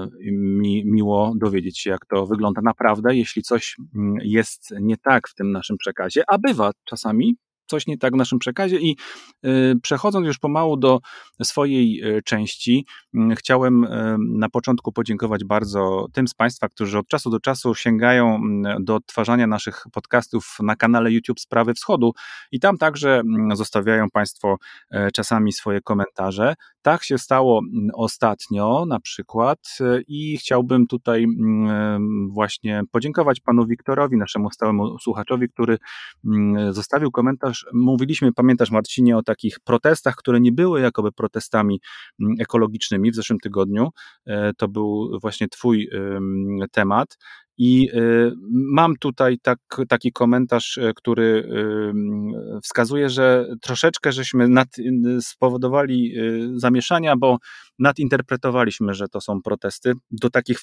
miło dowiedzieć się, jak to wygląda naprawdę, jeśli coś jest nie tak w tym naszym przekazie, a bywa czasami coś nie tak w naszym przekazie. I przechodząc już pomału do swojej części, chciałem na początku podziękować bardzo tym z Państwa, którzy od czasu do czasu sięgają do odtwarzania naszych podcastów na kanale YouTube Sprawy Wschodu i tam także zostawiają Państwo czasami swoje komentarze. Tak się stało ostatnio na przykład i chciałbym tutaj właśnie podziękować panu Wiktorowi, naszemu stałemu słuchaczowi, który zostawił komentarz. Mówiliśmy, pamiętasz Marcinie, o takich protestach, które nie były jakoby protestami ekologicznymi w zeszłym tygodniu. To był właśnie twój temat. I mam tutaj taki komentarz, który wskazuje, że troszeczkę żeśmy spowodowali zamieszania, bo nadinterpretowaliśmy, że to są protesty. Do takich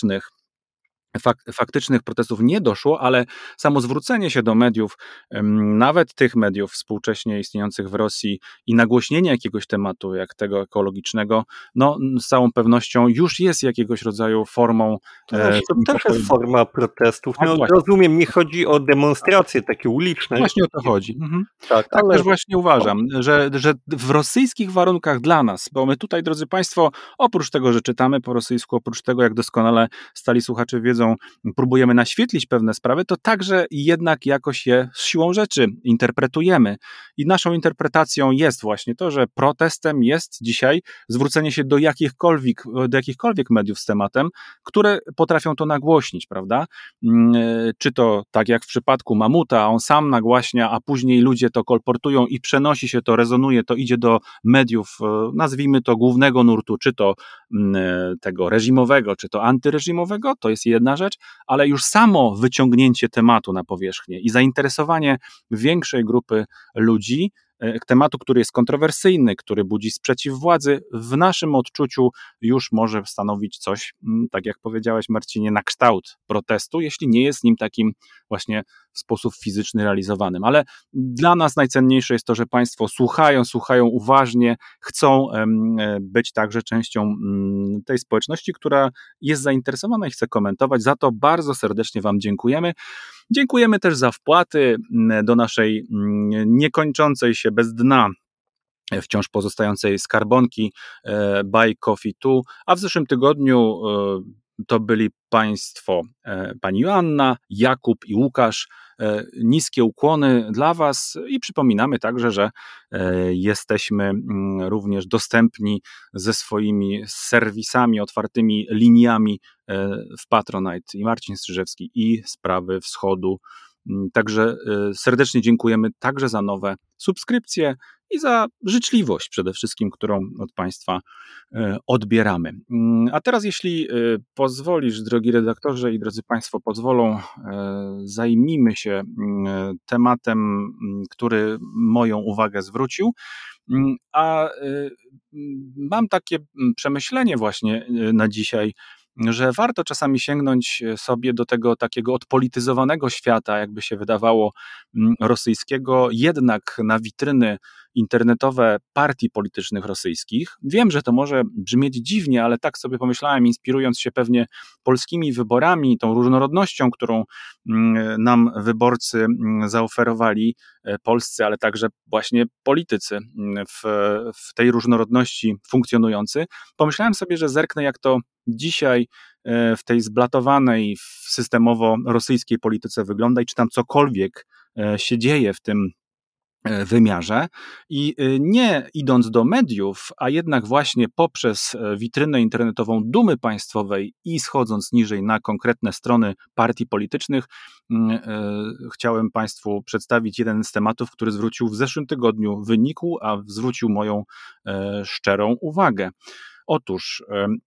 faktycznych protestów nie doszło, ale samo zwrócenie się do mediów, nawet tych mediów współcześnie istniejących w Rosji i nagłośnienie jakiegoś tematu, jak tego ekologicznego, no z całą pewnością już jest jakiegoś rodzaju formą. To też jest forma protestów. No, właśnie. Rozumiem, nie chodzi o demonstracje takie uliczne. Właśnie o to chodzi. Tak ale też właśnie uważam, że w rosyjskich warunkach dla nas, bo my tutaj, drodzy Państwo, oprócz tego, że czytamy po rosyjsku, oprócz tego, jak doskonale stali słuchacze wiedzą, próbujemy naświetlić pewne sprawy, to także jednak jakoś je z siłą rzeczy interpretujemy. I naszą interpretacją jest właśnie to, że protestem jest dzisiaj zwrócenie się do jakichkolwiek mediów z tematem, które potrafią to nagłośnić, prawda? Czy to tak jak w przypadku Mamuta, on sam nagłaśnia, a później ludzie to kolportują i przenosi się to, rezonuje, to idzie do mediów, nazwijmy to głównego nurtu, czy to tego reżimowego, czy to antyreżimowego, to jest jedna rzecz, ale już samo wyciągnięcie tematu na powierzchnię i zainteresowanie większej grupy ludzi tematu, który jest kontrowersyjny, który budzi sprzeciw władzy, w naszym odczuciu już może stanowić coś, tak jak powiedziałeś Marcinie, na kształt protestu, jeśli nie jest nim takim właśnie w sposób fizyczny realizowanym. Ale dla nas najcenniejsze jest to, że Państwo słuchają uważnie, chcą być także częścią tej społeczności, która jest zainteresowana i chce komentować. Za to bardzo serdecznie Wam dziękujemy. Dziękujemy też za wpłaty do naszej niekończącej się bez dna wciąż pozostającej skarbonki Buy Coffee 2, a w zeszłym tygodniu to byli Państwo, pani Joanna, Jakub i Łukasz. Niskie ukłony dla Was i przypominamy także, że jesteśmy również dostępni ze swoimi serwisami, otwartymi liniami w Patronite i Marcin Strzyżewski i Sprawy Wschodu. Także serdecznie dziękujemy także za nowe subskrypcje i za życzliwość przede wszystkim, którą od Państwa odbieramy. A teraz, jeśli pozwolisz, drogi redaktorze i drodzy Państwo pozwolą, zajmijmy się tematem, który moją uwagę zwrócił. A mam takie przemyślenie właśnie na dzisiaj, że warto czasami sięgnąć sobie do tego takiego odpolityzowanego świata, jakby się wydawało, rosyjskiego, jednak na witryny internetowe partii politycznych rosyjskich. Wiem, że to może brzmieć dziwnie, ale tak sobie pomyślałem, inspirując się pewnie polskimi wyborami, tą różnorodnością, którą nam wyborcy zaoferowali, polscy, ale także właśnie politycy w tej różnorodności funkcjonujący. Pomyślałem sobie, że zerknę, jak to dzisiaj w tej zblatowanej systemowo rosyjskiej polityce wygląda i czy tam cokolwiek się dzieje w tym wymiarze i nie idąc do mediów, a jednak właśnie poprzez witrynę internetową Dumy Państwowej i schodząc niżej na konkretne strony partii politycznych, chciałem Państwu przedstawić jeden z tematów, który zwrócił w zeszłym tygodniu wyniku, a zwrócił moją szczerą uwagę. Otóż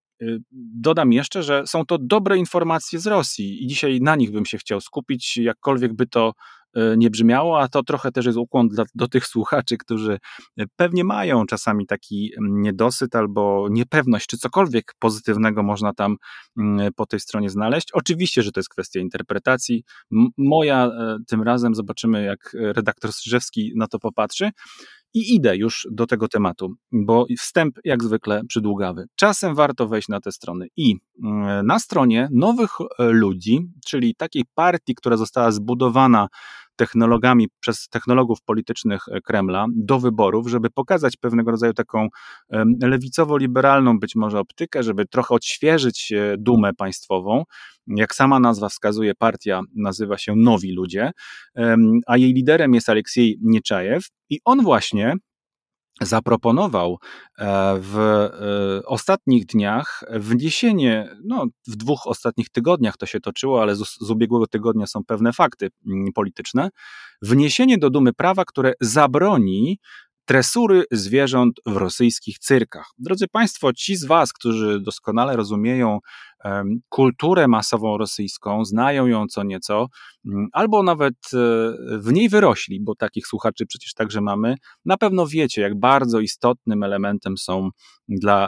dodam jeszcze, że są to dobre informacje z Rosji i dzisiaj na nich bym się chciał skupić, jakkolwiek by to nie brzmiało, a to trochę też jest ukłon do tych słuchaczy, którzy pewnie mają czasami taki niedosyt albo niepewność, czy cokolwiek pozytywnego można tam po tej stronie znaleźć. Oczywiście, że to jest kwestia interpretacji. Moja tym razem, zobaczymy jak redaktor Strzyżewski na to popatrzy. I idę już do tego tematu, bo wstęp jak zwykle przydługawy. Czasem warto wejść na te strony i na stronie Nowych Ludzi, czyli takiej partii, która została zbudowana technologami przez technologów politycznych Kremla do wyborów, żeby pokazać pewnego rodzaju taką lewicowo-liberalną być może optykę, żeby trochę odświeżyć dumę państwową. Jak sama nazwa wskazuje, partia nazywa się Nowi Ludzie, a jej liderem jest Aleksiej Nieczajew i on właśnie zaproponował w ostatnich dniach wniesienie, w 2 ostatnich tygodniach to się toczyło, ale z ubiegłego tygodnia są pewne fakty polityczne, wniesienie do Dumy prawa, które zabroni tresury zwierząt w rosyjskich cyrkach. Drodzy Państwo, ci z Was, którzy doskonale rozumieją kulturę masową rosyjską, znają ją co nieco, albo nawet w niej wyrośli, bo takich słuchaczy przecież także mamy, na pewno wiecie, jak bardzo istotnym elementem są dla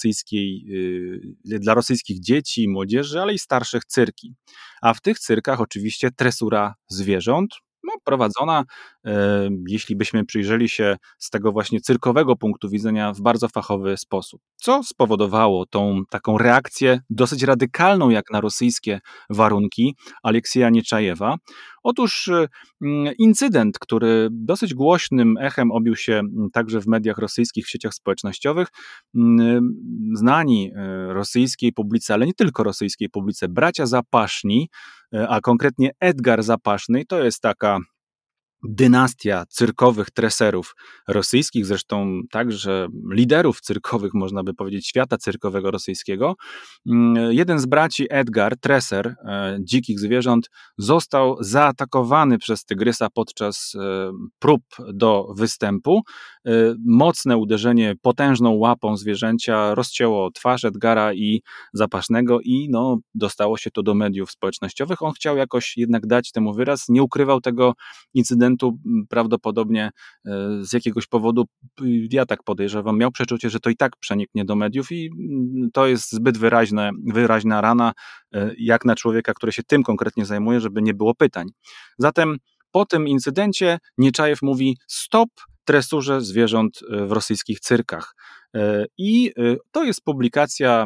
rosyjskich dzieci i młodzieży, ale i starszych cyrki. A w tych cyrkach oczywiście tresura zwierząt, prowadzona, jeśli byśmy przyjrzeli się z tego właśnie cyrkowego punktu widzenia, w bardzo fachowy sposób. Co spowodowało tą taką reakcję dosyć radykalną jak na rosyjskie warunki Aleksieja Nieczajewa? Otóż incydent, który dosyć głośnym echem obił się także w mediach rosyjskich, w sieciach społecznościowych, znani rosyjskiej publicy, ale nie tylko rosyjskiej publicy, bracia Zapaszni, a konkretnie Edgar Zapaszny, to jest taka dynastia cyrkowych treserów rosyjskich, zresztą także liderów cyrkowych, można by powiedzieć, świata cyrkowego rosyjskiego. Jeden z braci, Edgar, treser dzikich zwierząt, został zaatakowany przez tygrysa podczas prób do występu. Mocne uderzenie potężną łapą zwierzęcia rozcięło twarz Edgara i Zapasznego i dostało się to do mediów społecznościowych. On chciał jakoś jednak dać temu wyraz, nie ukrywał tego incydentu, prawdopodobnie z jakiegoś powodu, ja tak podejrzewam, miał przeczucie, że to i tak przeniknie do mediów i to jest zbyt wyraźna rana, jak na człowieka, który się tym konkretnie zajmuje, żeby nie było pytań. Zatem po tym incydencie Nieczajew mówi stop tresurze zwierząt w rosyjskich cyrkach. I to jest publikacja,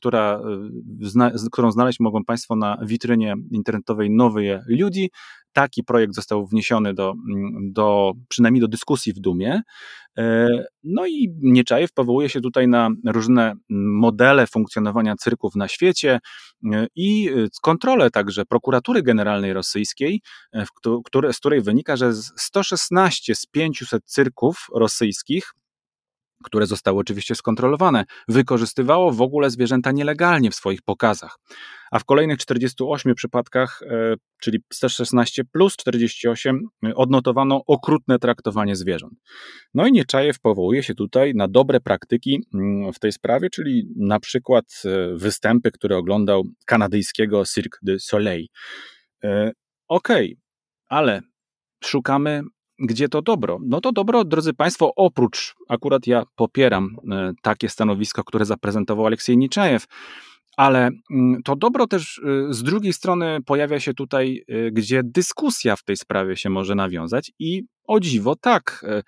którą znaleźć mogą Państwo na witrynie internetowej Nowe Ludzi. Taki projekt został wniesiony przynajmniej do dyskusji w Dumie. No i Nieczajew powołuje się tutaj na różne modele funkcjonowania cyrków na świecie i kontrolę także prokuratury generalnej rosyjskiej, z której wynika, że 116 z 500 cyrków rosyjskich, które zostały oczywiście skontrolowane, wykorzystywało w ogóle zwierzęta nielegalnie w swoich pokazach. A w kolejnych 48 przypadkach, czyli 116 plus 48, odnotowano okrutne traktowanie zwierząt. No i Nieczajew powołuje się tutaj na dobre praktyki w tej sprawie, czyli na przykład występy, które oglądał kanadyjskiego Cirque du Soleil. Okej, ale szukamy, gdzie to dobro? No to dobro, drodzy Państwo, oprócz, akurat ja popieram takie stanowisko, które zaprezentował Aleksiej Nieczajew, ale to dobro też z drugiej strony pojawia się tutaj, gdzie dyskusja w tej sprawie się może nawiązać i o dziwo tak,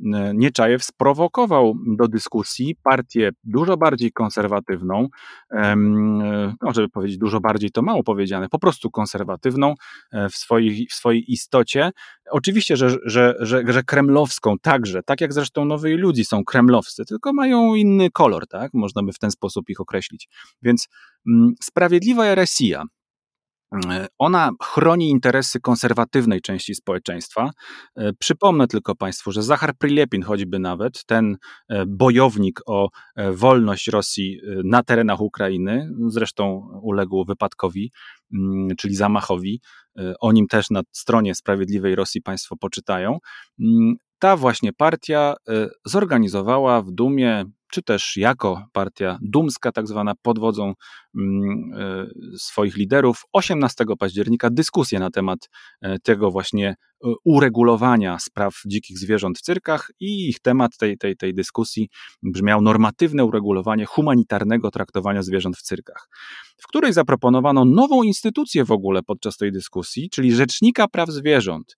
Nieczajew sprowokował do dyskusji partię dużo bardziej konserwatywną, żeby powiedzieć dużo bardziej, to mało powiedziane, po prostu konserwatywną w swojej istocie. Oczywiście, że kremlowską także, tak jak zresztą Nowi Ludzi są kremlowscy, tylko mają inny kolor, tak? Można by w ten sposób ich określić. Więc Sprawiedliwa Rosja, ona chroni interesy konserwatywnej części społeczeństwa. Przypomnę tylko Państwu, że Zachar Prilepin choćby nawet, ten bojownik o wolność Rosji na terenach Ukrainy, zresztą uległ wypadkowi, czyli zamachowi, o nim też na stronie Sprawiedliwej Rosji Państwo poczytają. Ta właśnie partia zorganizowała w Dumie, czy też jako partia dumska, tak zwana, pod wodzą swoich liderów, 18 października dyskusję na temat tego właśnie uregulowania spraw dzikich zwierząt w cyrkach i ich temat tej dyskusji brzmiał normatywne uregulowanie humanitarnego traktowania zwierząt w cyrkach, w której zaproponowano nową instytucję w ogóle podczas tej dyskusji, czyli Rzecznika Praw Zwierząt.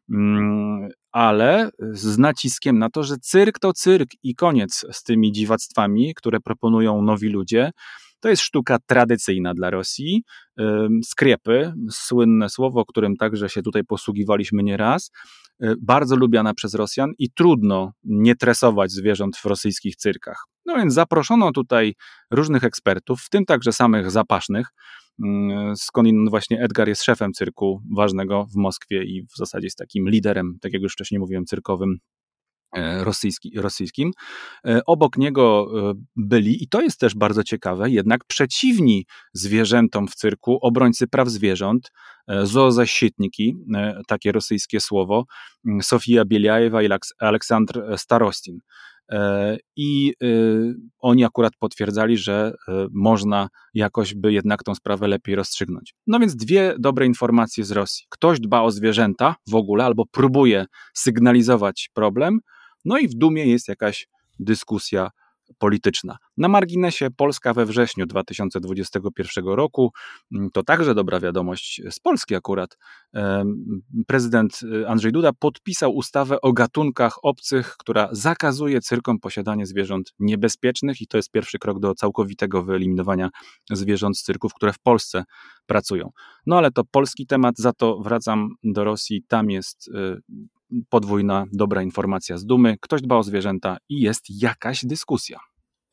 Ale z naciskiem na to, że cyrk to cyrk i koniec z tymi dziwactwami, które proponują nowi ludzie. To jest sztuka tradycyjna dla Rosji. Skriepy, słynne słowo, którym także się tutaj posługiwaliśmy nieraz, bardzo lubiana przez Rosjan i trudno nie tresować zwierząt w rosyjskich cyrkach. No więc zaproszono tutaj różnych ekspertów, w tym także samych zapasznych, skądinąd właśnie Edgar jest szefem cyrku ważnego w Moskwie i w zasadzie jest takim liderem, tak jak już wcześniej mówiłem, cyrkowym rosyjskim. Obok niego byli, i to jest też bardzo ciekawe, jednak przeciwni zwierzętom w cyrku obrońcy praw zwierząt, zoozащитники, takie rosyjskie słowo, Sofia Bieliajewa i Aleksandr Starostin. I oni akurat potwierdzali, że można jakoś by jednak tą sprawę lepiej rozstrzygnąć. No więc dwie dobre informacje z Rosji. Ktoś dba o zwierzęta w ogóle albo próbuje sygnalizować problem, no i w Dumie jest jakaś dyskusja polityczna. Na marginesie Polska we wrześniu 2021 roku, to także dobra wiadomość z Polski akurat, prezydent Andrzej Duda podpisał ustawę o gatunkach obcych, która zakazuje cyrkom posiadanie zwierząt niebezpiecznych i to jest pierwszy krok do całkowitego wyeliminowania zwierząt z cyrków, które w Polsce pracują. No ale to polski temat, za to wracam do Rosji, tam jest podwójna dobra informacja z Dumy, ktoś dba o zwierzęta i jest jakaś dyskusja.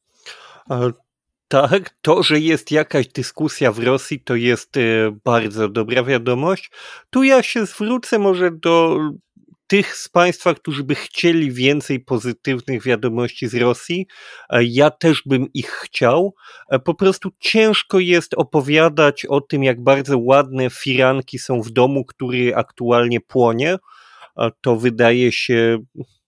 Tak, to, że jest jakaś dyskusja w Rosji, to jest bardzo dobra wiadomość. Tu ja się zwrócę może do tych z Państwa, którzy by chcieli więcej pozytywnych wiadomości z Rosji. Ja też bym ich chciał. Po prostu ciężko jest opowiadać o tym, jak bardzo ładne firanki są w domu, który aktualnie płonie. To wydaje się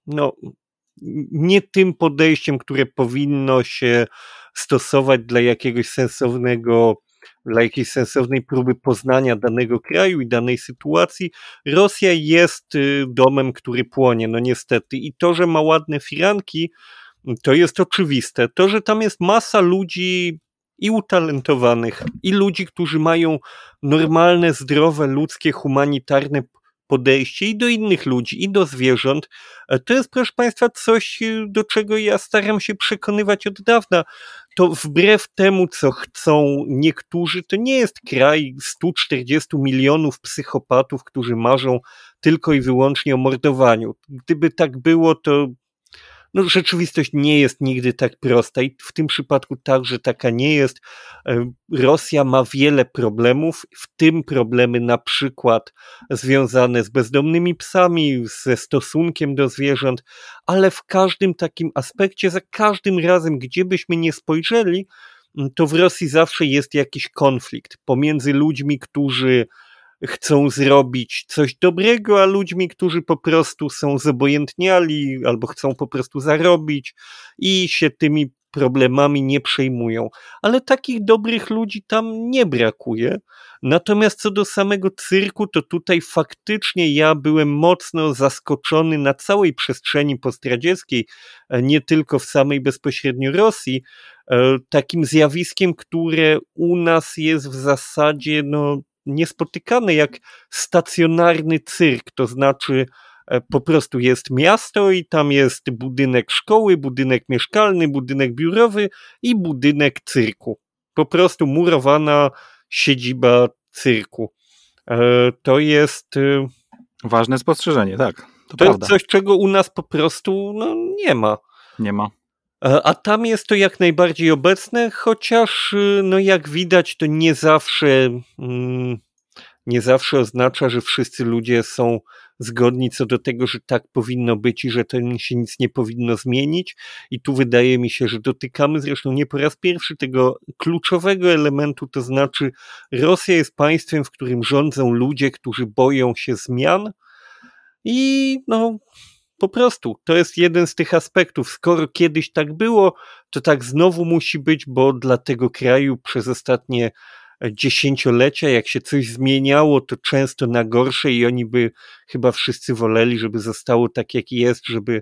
nie tym podejściem, które powinno się stosować dla jakiejś sensownej próby poznania danego kraju i danej sytuacji. Rosja jest domem, który płonie, no niestety. I to, że ma ładne firanki, to jest oczywiste. To, że tam jest masa ludzi i utalentowanych, i ludzi, którzy mają normalne, zdrowe, ludzkie, humanitarne podejście i do innych ludzi, i do zwierząt, to jest, proszę Państwa, coś, do czego ja staram się przekonywać od dawna. To wbrew temu, co chcą niektórzy, to nie jest kraj 140 milionów psychopatów, którzy marzą tylko i wyłącznie o mordowaniu. Gdyby tak było, to rzeczywistość nie jest nigdy tak prosta i w tym przypadku także taka nie jest. Rosja ma wiele problemów, w tym problemy na przykład związane z bezdomnymi psami, ze stosunkiem do zwierząt, ale w każdym takim aspekcie, za każdym razem, gdzie byśmy nie spojrzeli, to w Rosji zawsze jest jakiś konflikt pomiędzy ludźmi, którzy chcą zrobić coś dobrego, a ludźmi, którzy po prostu są zobojętniali albo chcą po prostu zarobić i się tymi problemami nie przejmują. Ale takich dobrych ludzi tam nie brakuje. Natomiast co do samego cyrku, to tutaj faktycznie ja byłem mocno zaskoczony na całej przestrzeni postradzieckiej, nie tylko w samej bezpośrednio Rosji, takim zjawiskiem, które u nas jest w zasadzie niespotykane, jak stacjonarny cyrk, to znaczy po prostu jest miasto i tam jest budynek szkoły, budynek mieszkalny, budynek biurowy i budynek cyrku. Po prostu murowana siedziba cyrku. To jest... Ważne spostrzeżenie, tak. To prawda. jest coś, czego u nas po prostu nie ma. Nie ma. A tam jest to jak najbardziej obecne, chociaż jak widać, to nie zawsze oznacza, że wszyscy ludzie są zgodni co do tego, że tak powinno być i że to się nic nie powinno zmienić. I tu wydaje mi się, że dotykamy zresztą nie po raz pierwszy tego kluczowego elementu, to znaczy Rosja jest państwem, w którym rządzą ludzie, którzy boją się zmian i po prostu to jest jeden z tych aspektów. Skoro kiedyś tak było, to tak znowu musi być, bo dla tego kraju przez ostatnie dziesięciolecia, jak się coś zmieniało, to często na gorsze i oni by chyba wszyscy woleli, żeby zostało tak, jak jest, żeby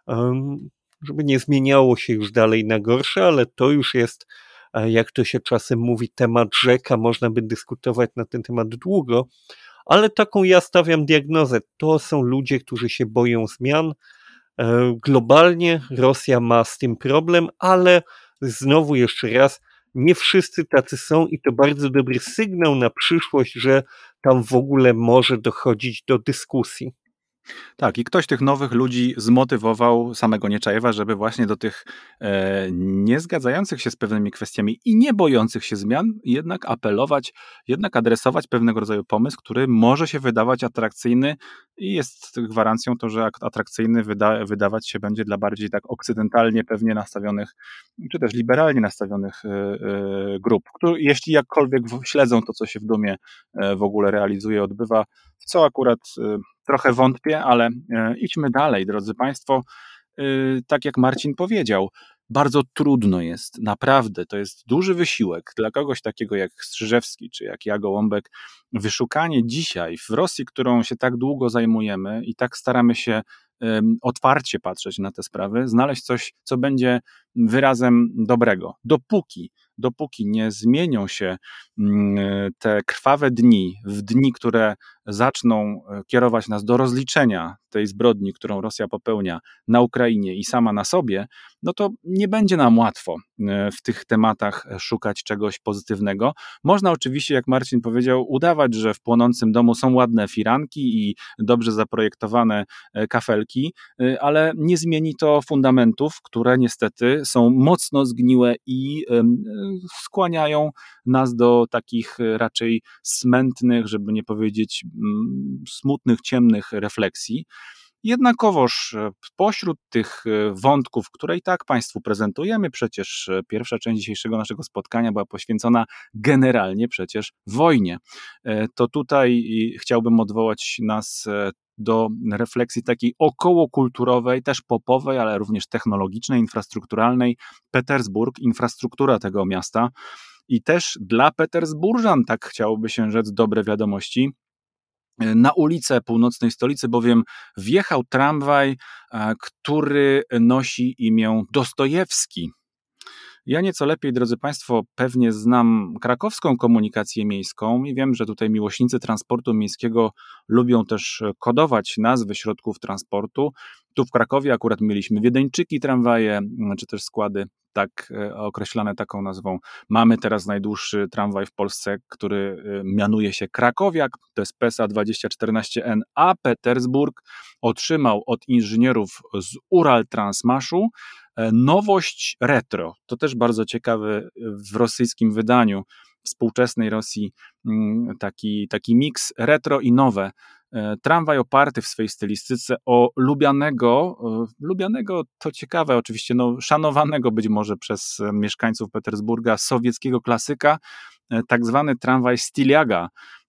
nie zmieniało się już dalej na gorsze, ale to już jest, jak to się czasem mówi, temat rzeka, można by dyskutować na ten temat długo, ale taką ja stawiam diagnozę. To są ludzie, którzy się boją zmian. Globalnie Rosja ma z tym problem, ale znowu jeszcze raz, nie wszyscy tacy są i to bardzo dobry sygnał na przyszłość, że tam w ogóle może dochodzić do dyskusji. Tak, i ktoś tych nowych ludzi zmotywował, samego Nieczajewa, żeby właśnie do tych nie zgadzających się z pewnymi kwestiami i nie bojących się zmian jednak apelować, jednak adresować pewnego rodzaju pomysł, który może się wydawać atrakcyjny i jest gwarancją to, że atrakcyjny wydawać się będzie dla bardziej tak okcydentalnie pewnie nastawionych, czy też liberalnie nastawionych grup, które jeśli jakkolwiek śledzą to, co się w Dumie w ogóle realizuje, odbywa, co akurat trochę wątpię, ale idźmy dalej, drodzy Państwo. Tak jak Marcin powiedział, bardzo trudno jest, naprawdę, to jest duży wysiłek dla kogoś takiego jak Strzyżewski czy jak ja Gołąbek, wyszukanie dzisiaj w Rosji, którą się tak długo zajmujemy i tak staramy się otwarcie patrzeć na te sprawy, znaleźć coś, co będzie wyrazem dobrego. Dopóki nie zmienią się te krwawe dni w dni, które zaczną kierować nas do rozliczenia tej zbrodni, którą Rosja popełnia na Ukrainie i sama na sobie, no to nie będzie nam łatwo w tych tematach szukać czegoś pozytywnego. Można oczywiście, jak Marcin powiedział, udawać, że w płonącym domu są ładne firanki i dobrze zaprojektowane kafelki, ale nie zmieni to fundamentów, które niestety są mocno zgniłe i skłaniają nas do takich raczej smętnych, żeby nie powiedzieć smutnych, ciemnych refleksji. Jednakowoż pośród tych wątków, które i tak Państwu prezentujemy, przecież pierwsza część dzisiejszego naszego spotkania była poświęcona generalnie przecież wojnie, to tutaj chciałbym odwołać nas do refleksji takiej okołokulturowej, też popowej, ale również technologicznej, infrastrukturalnej. Petersburg, infrastruktura tego miasta i też dla Petersburżan, tak chciałoby się rzec, dobre wiadomości. Na ulicę północnej stolicy bowiem wjechał tramwaj, który nosi imię Dostojewski. Ja nieco lepiej, drodzy Państwo, pewnie znam krakowską komunikację miejską i wiem, że tutaj miłośnicy transportu miejskiego lubią też kodować nazwy środków transportu. Tu w Krakowie akurat mieliśmy wiedeńczyki tramwaje, czy też składy tak określane taką nazwą. Mamy teraz najdłuższy tramwaj w Polsce, który mianuje się Krakowiak, to jest PESA 2014N, a Petersburg otrzymał od inżynierów z Ural Transmaszu nowość retro. To też bardzo ciekawe w rosyjskim wydaniu współczesnej Rosji taki miks retro i nowe. Tramwaj oparty w swojej stylistyce o lubianego to ciekawe oczywiście, szanowanego być może przez mieszkańców Petersburga sowieckiego klasyka, tak zwany tramwaj Styliaga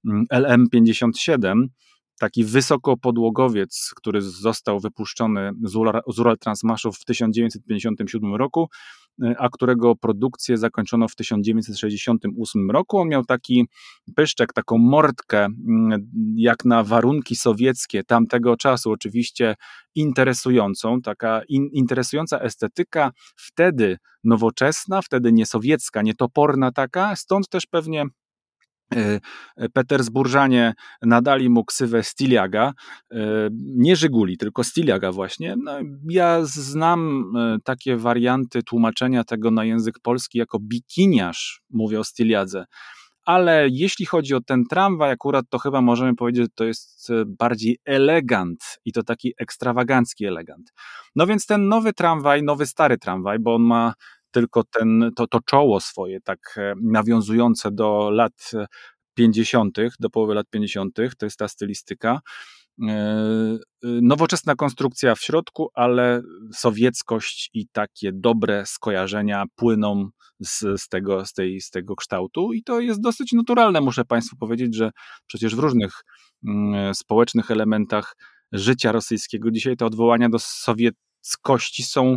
LM57, taki wysokopodłogowiec, który został wypuszczony z Ural Transmaszów w 1957 roku, a którego produkcję zakończono w 1968 roku. On miał taki pyszczek, taką mordkę, jak na warunki sowieckie tamtego czasu, oczywiście interesującą, taka interesująca estetyka, wtedy nowoczesna, wtedy nie sowiecka, nie toporna taka, stąd też pewnie Petersburżanie nadali mu ksywę Stiliaga, nie Żyguli, tylko Stiliaga właśnie. No, ja znam takie warianty tłumaczenia tego na język polski jako bikiniarz, mówię o Stiliadze. Ale jeśli chodzi o ten tramwaj, akurat to chyba możemy powiedzieć, że to jest bardziej elegant i to taki ekstrawagancki elegant. No więc ten nowy tramwaj, nowy stary tramwaj, bo on ma tylko to czoło swoje, tak nawiązujące do lat 50., do połowy lat 50., to jest ta stylistyka. Nowoczesna konstrukcja w środku, ale sowieckość i takie dobre skojarzenia płyną z tego kształtu i to jest dosyć naturalne, muszę Państwu powiedzieć, że przecież w różnych społecznych elementach życia rosyjskiego dzisiaj te odwołania do sowieckości są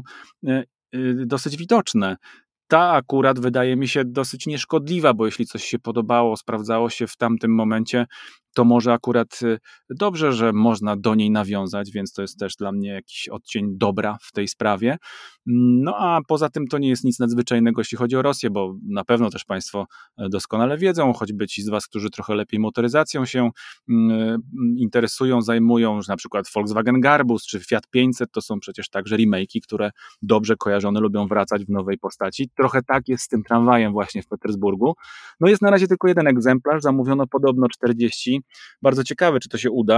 dosyć widoczne. Ta akurat wydaje mi się dosyć nieszkodliwa, bo jeśli coś się podobało, sprawdzało się w tamtym momencie, to może akurat dobrze, że można do niej nawiązać, więc to jest też dla mnie jakiś odcień dobra w tej sprawie. No a poza tym to nie jest nic nadzwyczajnego, jeśli chodzi o Rosję, bo na pewno też Państwo doskonale wiedzą, choćby ci z Was, którzy trochę lepiej motoryzacją się interesują, zajmują, że na przykład Volkswagen Garbus czy Fiat 500 to są przecież także remake'i, które dobrze kojarzone lubią wracać w nowej postaci. Trochę tak jest z tym tramwajem właśnie w Petersburgu. No jest na razie tylko jeden egzemplarz, zamówiono podobno 40. Bardzo ciekawe, czy to się uda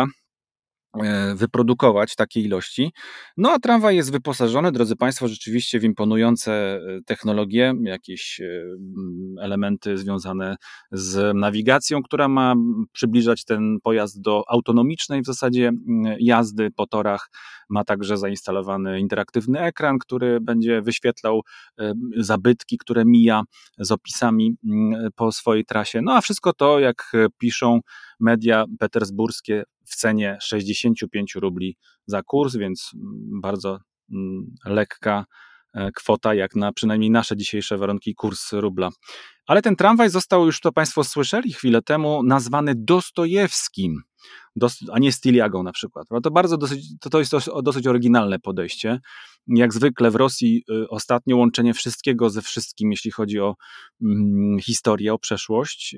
wyprodukować takiej ilości. No a tramwaj jest wyposażony, drodzy Państwo, rzeczywiście w imponujące technologie, jakieś elementy związane z nawigacją, która ma przybliżać ten pojazd do autonomicznej w zasadzie jazdy po torach. Ma także zainstalowany interaktywny ekran, który będzie wyświetlał zabytki, które mija z opisami po swojej trasie. No a wszystko to, jak piszą media petersburskie, w cenie 65 rubli za kurs, więc bardzo lekka kwota, jak na przynajmniej nasze dzisiejsze warunki, kurs rubla. Ale ten tramwaj został, już to Państwo słyszeli chwilę temu, nazwany Dostojewskim, a nie Stiliagą na przykład. To jest dosyć oryginalne podejście. Jak zwykle w Rosji ostatnio łączenie wszystkiego ze wszystkim, jeśli chodzi o historię, o przeszłość.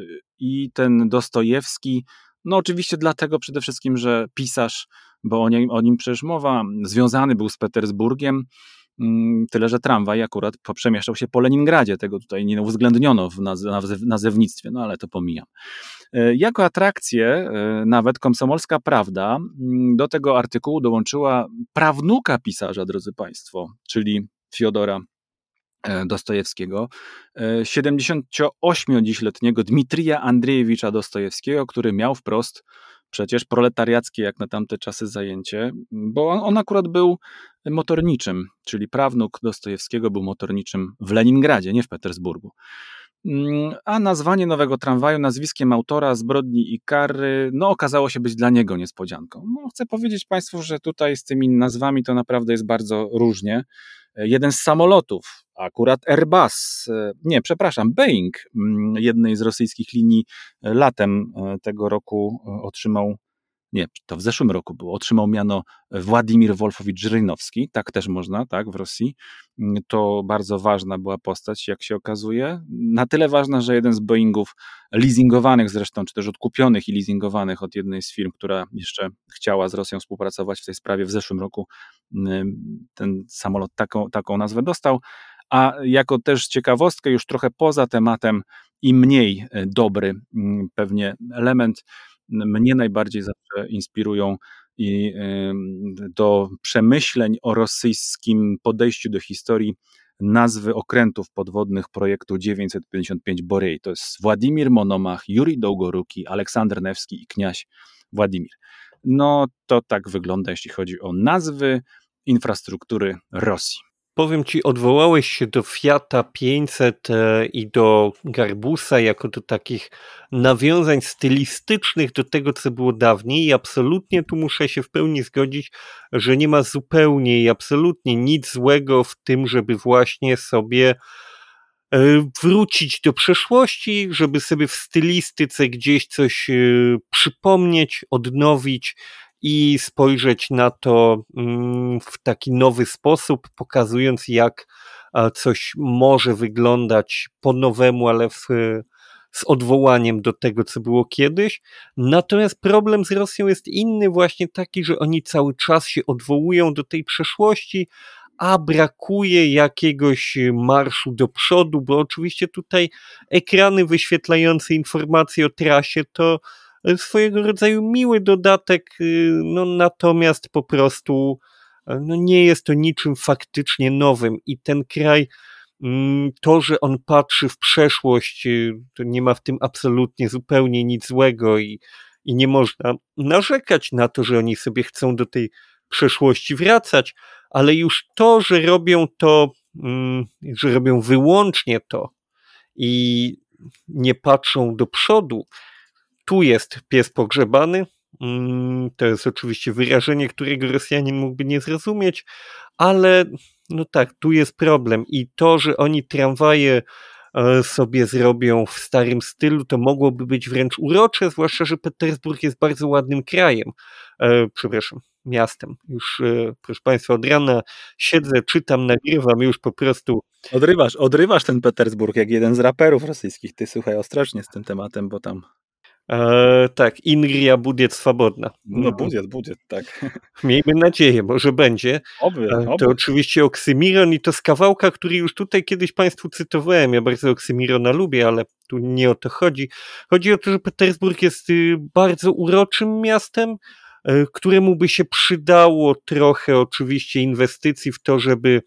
I ten Dostojewski, no oczywiście dlatego przede wszystkim, że pisarz, bo o nim przecież mowa, związany był z Petersburgiem, tyle że tramwaj akurat przemieszczał się po Leningradzie, tego tutaj nie uwzględniono w nazewnictwie, no ale to pomijam. Jako atrakcję nawet Komsomolska Prawda do tego artykułu dołączyła prawnuka pisarza, drodzy Państwo, czyli Fiodora Dostojewskiego, 78-letniego Dmitrija Andrzejewicza Dostojewskiego, który miał wprost przecież proletariackie jak na tamte czasy zajęcie, bo on akurat był motorniczym, czyli prawnuk Dostojewskiego był motorniczym w Leningradzie, nie w Petersburgu. A nazwanie nowego tramwaju nazwiskiem autora Zbrodni i Kary, no okazało się być dla niego niespodzianką. No, chcę powiedzieć Państwu, że tutaj z tymi nazwami to naprawdę jest bardzo różnie. Jeden z samolotów, akurat Airbus, Boeing, jednej z rosyjskich linii latem tego roku to w zeszłym roku było, otrzymał miano Władimir Wolfowicz Żyrynowski, tak też można, tak, w Rosji. To bardzo ważna była postać, jak się okazuje. Na tyle ważna, że jeden z Boeingów leasingowanych zresztą, czy też odkupionych i leasingowanych od jednej z firm, która jeszcze chciała z Rosją współpracować w tej sprawie w zeszłym roku, ten samolot taką nazwę dostał. A jako też ciekawostkę, już trochę poza tematem i mniej dobry pewnie element, mnie najbardziej zawsze inspirują i do przemyśleń o rosyjskim podejściu do historii nazwy okrętów podwodnych projektu 955 Borej. To jest Władimir Monomach, Jurij Dołgoruki, Aleksander Newski i kniaź Władimir. No to tak wygląda, jeśli chodzi o nazwy infrastruktury Rosji. Powiem Ci, odwołałeś się do Fiata 500 i do Garbusa jako do takich nawiązań stylistycznych do tego, co było dawniej i absolutnie tu muszę się w pełni zgodzić, że nie ma zupełnie i absolutnie nic złego w tym, żeby właśnie sobie wrócić do przeszłości, żeby sobie w stylistyce gdzieś coś przypomnieć, odnowić i spojrzeć na to w taki nowy sposób, pokazując jak coś może wyglądać po nowemu, ale w z odwołaniem do tego, co było kiedyś. Natomiast problem z Rosją jest inny, właśnie taki, że oni cały czas się odwołują do tej przeszłości, a brakuje jakiegoś marszu do przodu, bo oczywiście tutaj ekrany wyświetlające informacje o trasie to swojego rodzaju miły dodatek, no natomiast po prostu no nie jest to niczym faktycznie nowym i ten kraj, to, że on patrzy w przeszłość, to nie ma w tym absolutnie zupełnie nic złego i nie można narzekać na to, że oni sobie chcą do tej przeszłości wracać, ale już to, że robią to, że robią wyłącznie to i nie patrzą do przodu, tu jest pies pogrzebany. To jest oczywiście wyrażenie, którego Rosjanin mógłby nie zrozumieć, ale no tak, tu jest problem i to, że oni tramwaje sobie zrobią w starym stylu, to mogłoby być wręcz urocze, zwłaszcza, że Petersburg jest bardzo ładnym krajem, miastem. Już, proszę Państwa, od rana siedzę, czytam, nagrywam, już po prostu... Odrywasz ten Petersburg jak jeden z raperów rosyjskich. Ty słuchaj ostrożnie z tym tematem, bo tam... tak, Ingria будет swobodna. No будет, tak. Miejmy nadzieję, może będzie. Oby. To oczywiście oksymiron i to z kawałka, który już tutaj kiedyś Państwu cytowałem. Ja bardzo oksymirona lubię, ale tu nie o to chodzi. Chodzi o to, że Petersburg jest bardzo uroczym miastem, któremu by się przydało trochę oczywiście inwestycji w to, żeby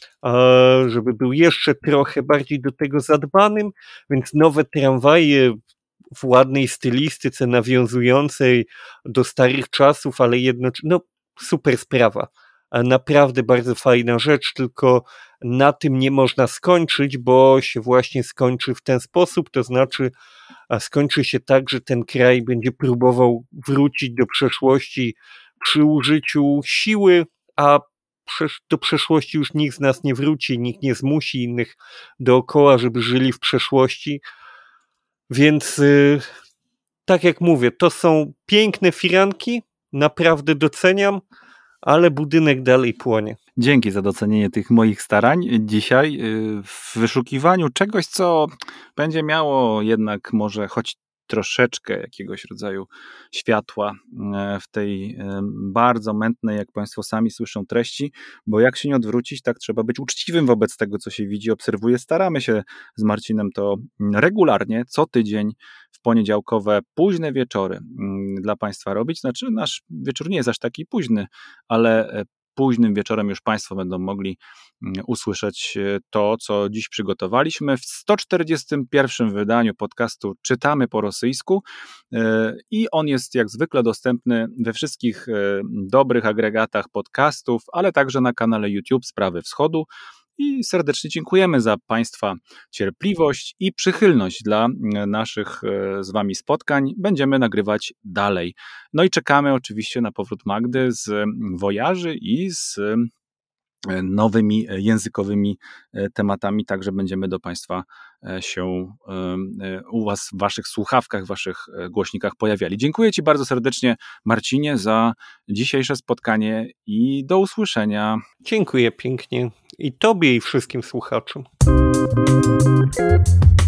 był jeszcze trochę bardziej do tego zadbanym, więc nowe tramwaje w ładnej stylistyce nawiązującej do starych czasów, ale jednocześnie, no super sprawa. Naprawdę bardzo fajna rzecz, tylko na tym nie można skończyć, bo się właśnie skończy w ten sposób, to znaczy skończy się tak, że ten kraj będzie próbował wrócić do przeszłości przy użyciu siły, a do przeszłości już nikt z nas nie wróci, nikt nie zmusi innych dookoła, żeby żyli w przeszłości. Więc tak jak mówię, to są piękne firanki, naprawdę doceniam, ale budynek dalej płonie. Dzięki za docenienie tych moich starań dzisiaj w wyszukiwaniu czegoś, co będzie miało jednak może choć troszeczkę jakiegoś rodzaju światła w tej bardzo mętnej, jak Państwo sami słyszą, treści, bo jak się nie odwrócić, tak trzeba być uczciwym wobec tego, co się widzi, obserwuje. Staramy się z Marcinem to regularnie, co tydzień w poniedziałkowe późne wieczory dla Państwa robić. Znaczy nasz wieczór nie jest aż taki późny, ale późnym wieczorem już Państwo będą mogli usłyszeć to, co dziś przygotowaliśmy w 141. wydaniu podcastu Czytamy po rosyjsku i on jest jak zwykle dostępny we wszystkich dobrych agregatach podcastów, ale także na kanale YouTube Sprawy Wschodu. I serdecznie dziękujemy za Państwa cierpliwość i przychylność dla naszych z Wami spotkań. Będziemy nagrywać dalej. No i czekamy oczywiście na powrót Magdy z wojaży i z nowymi językowymi tematami, także będziemy do Państwa się u Was w Waszych słuchawkach, w Waszych głośnikach pojawiali. Dziękuję Ci bardzo serdecznie, Marcinie, za dzisiejsze spotkanie i do usłyszenia. Dziękuję pięknie i Tobie i wszystkim słuchaczom.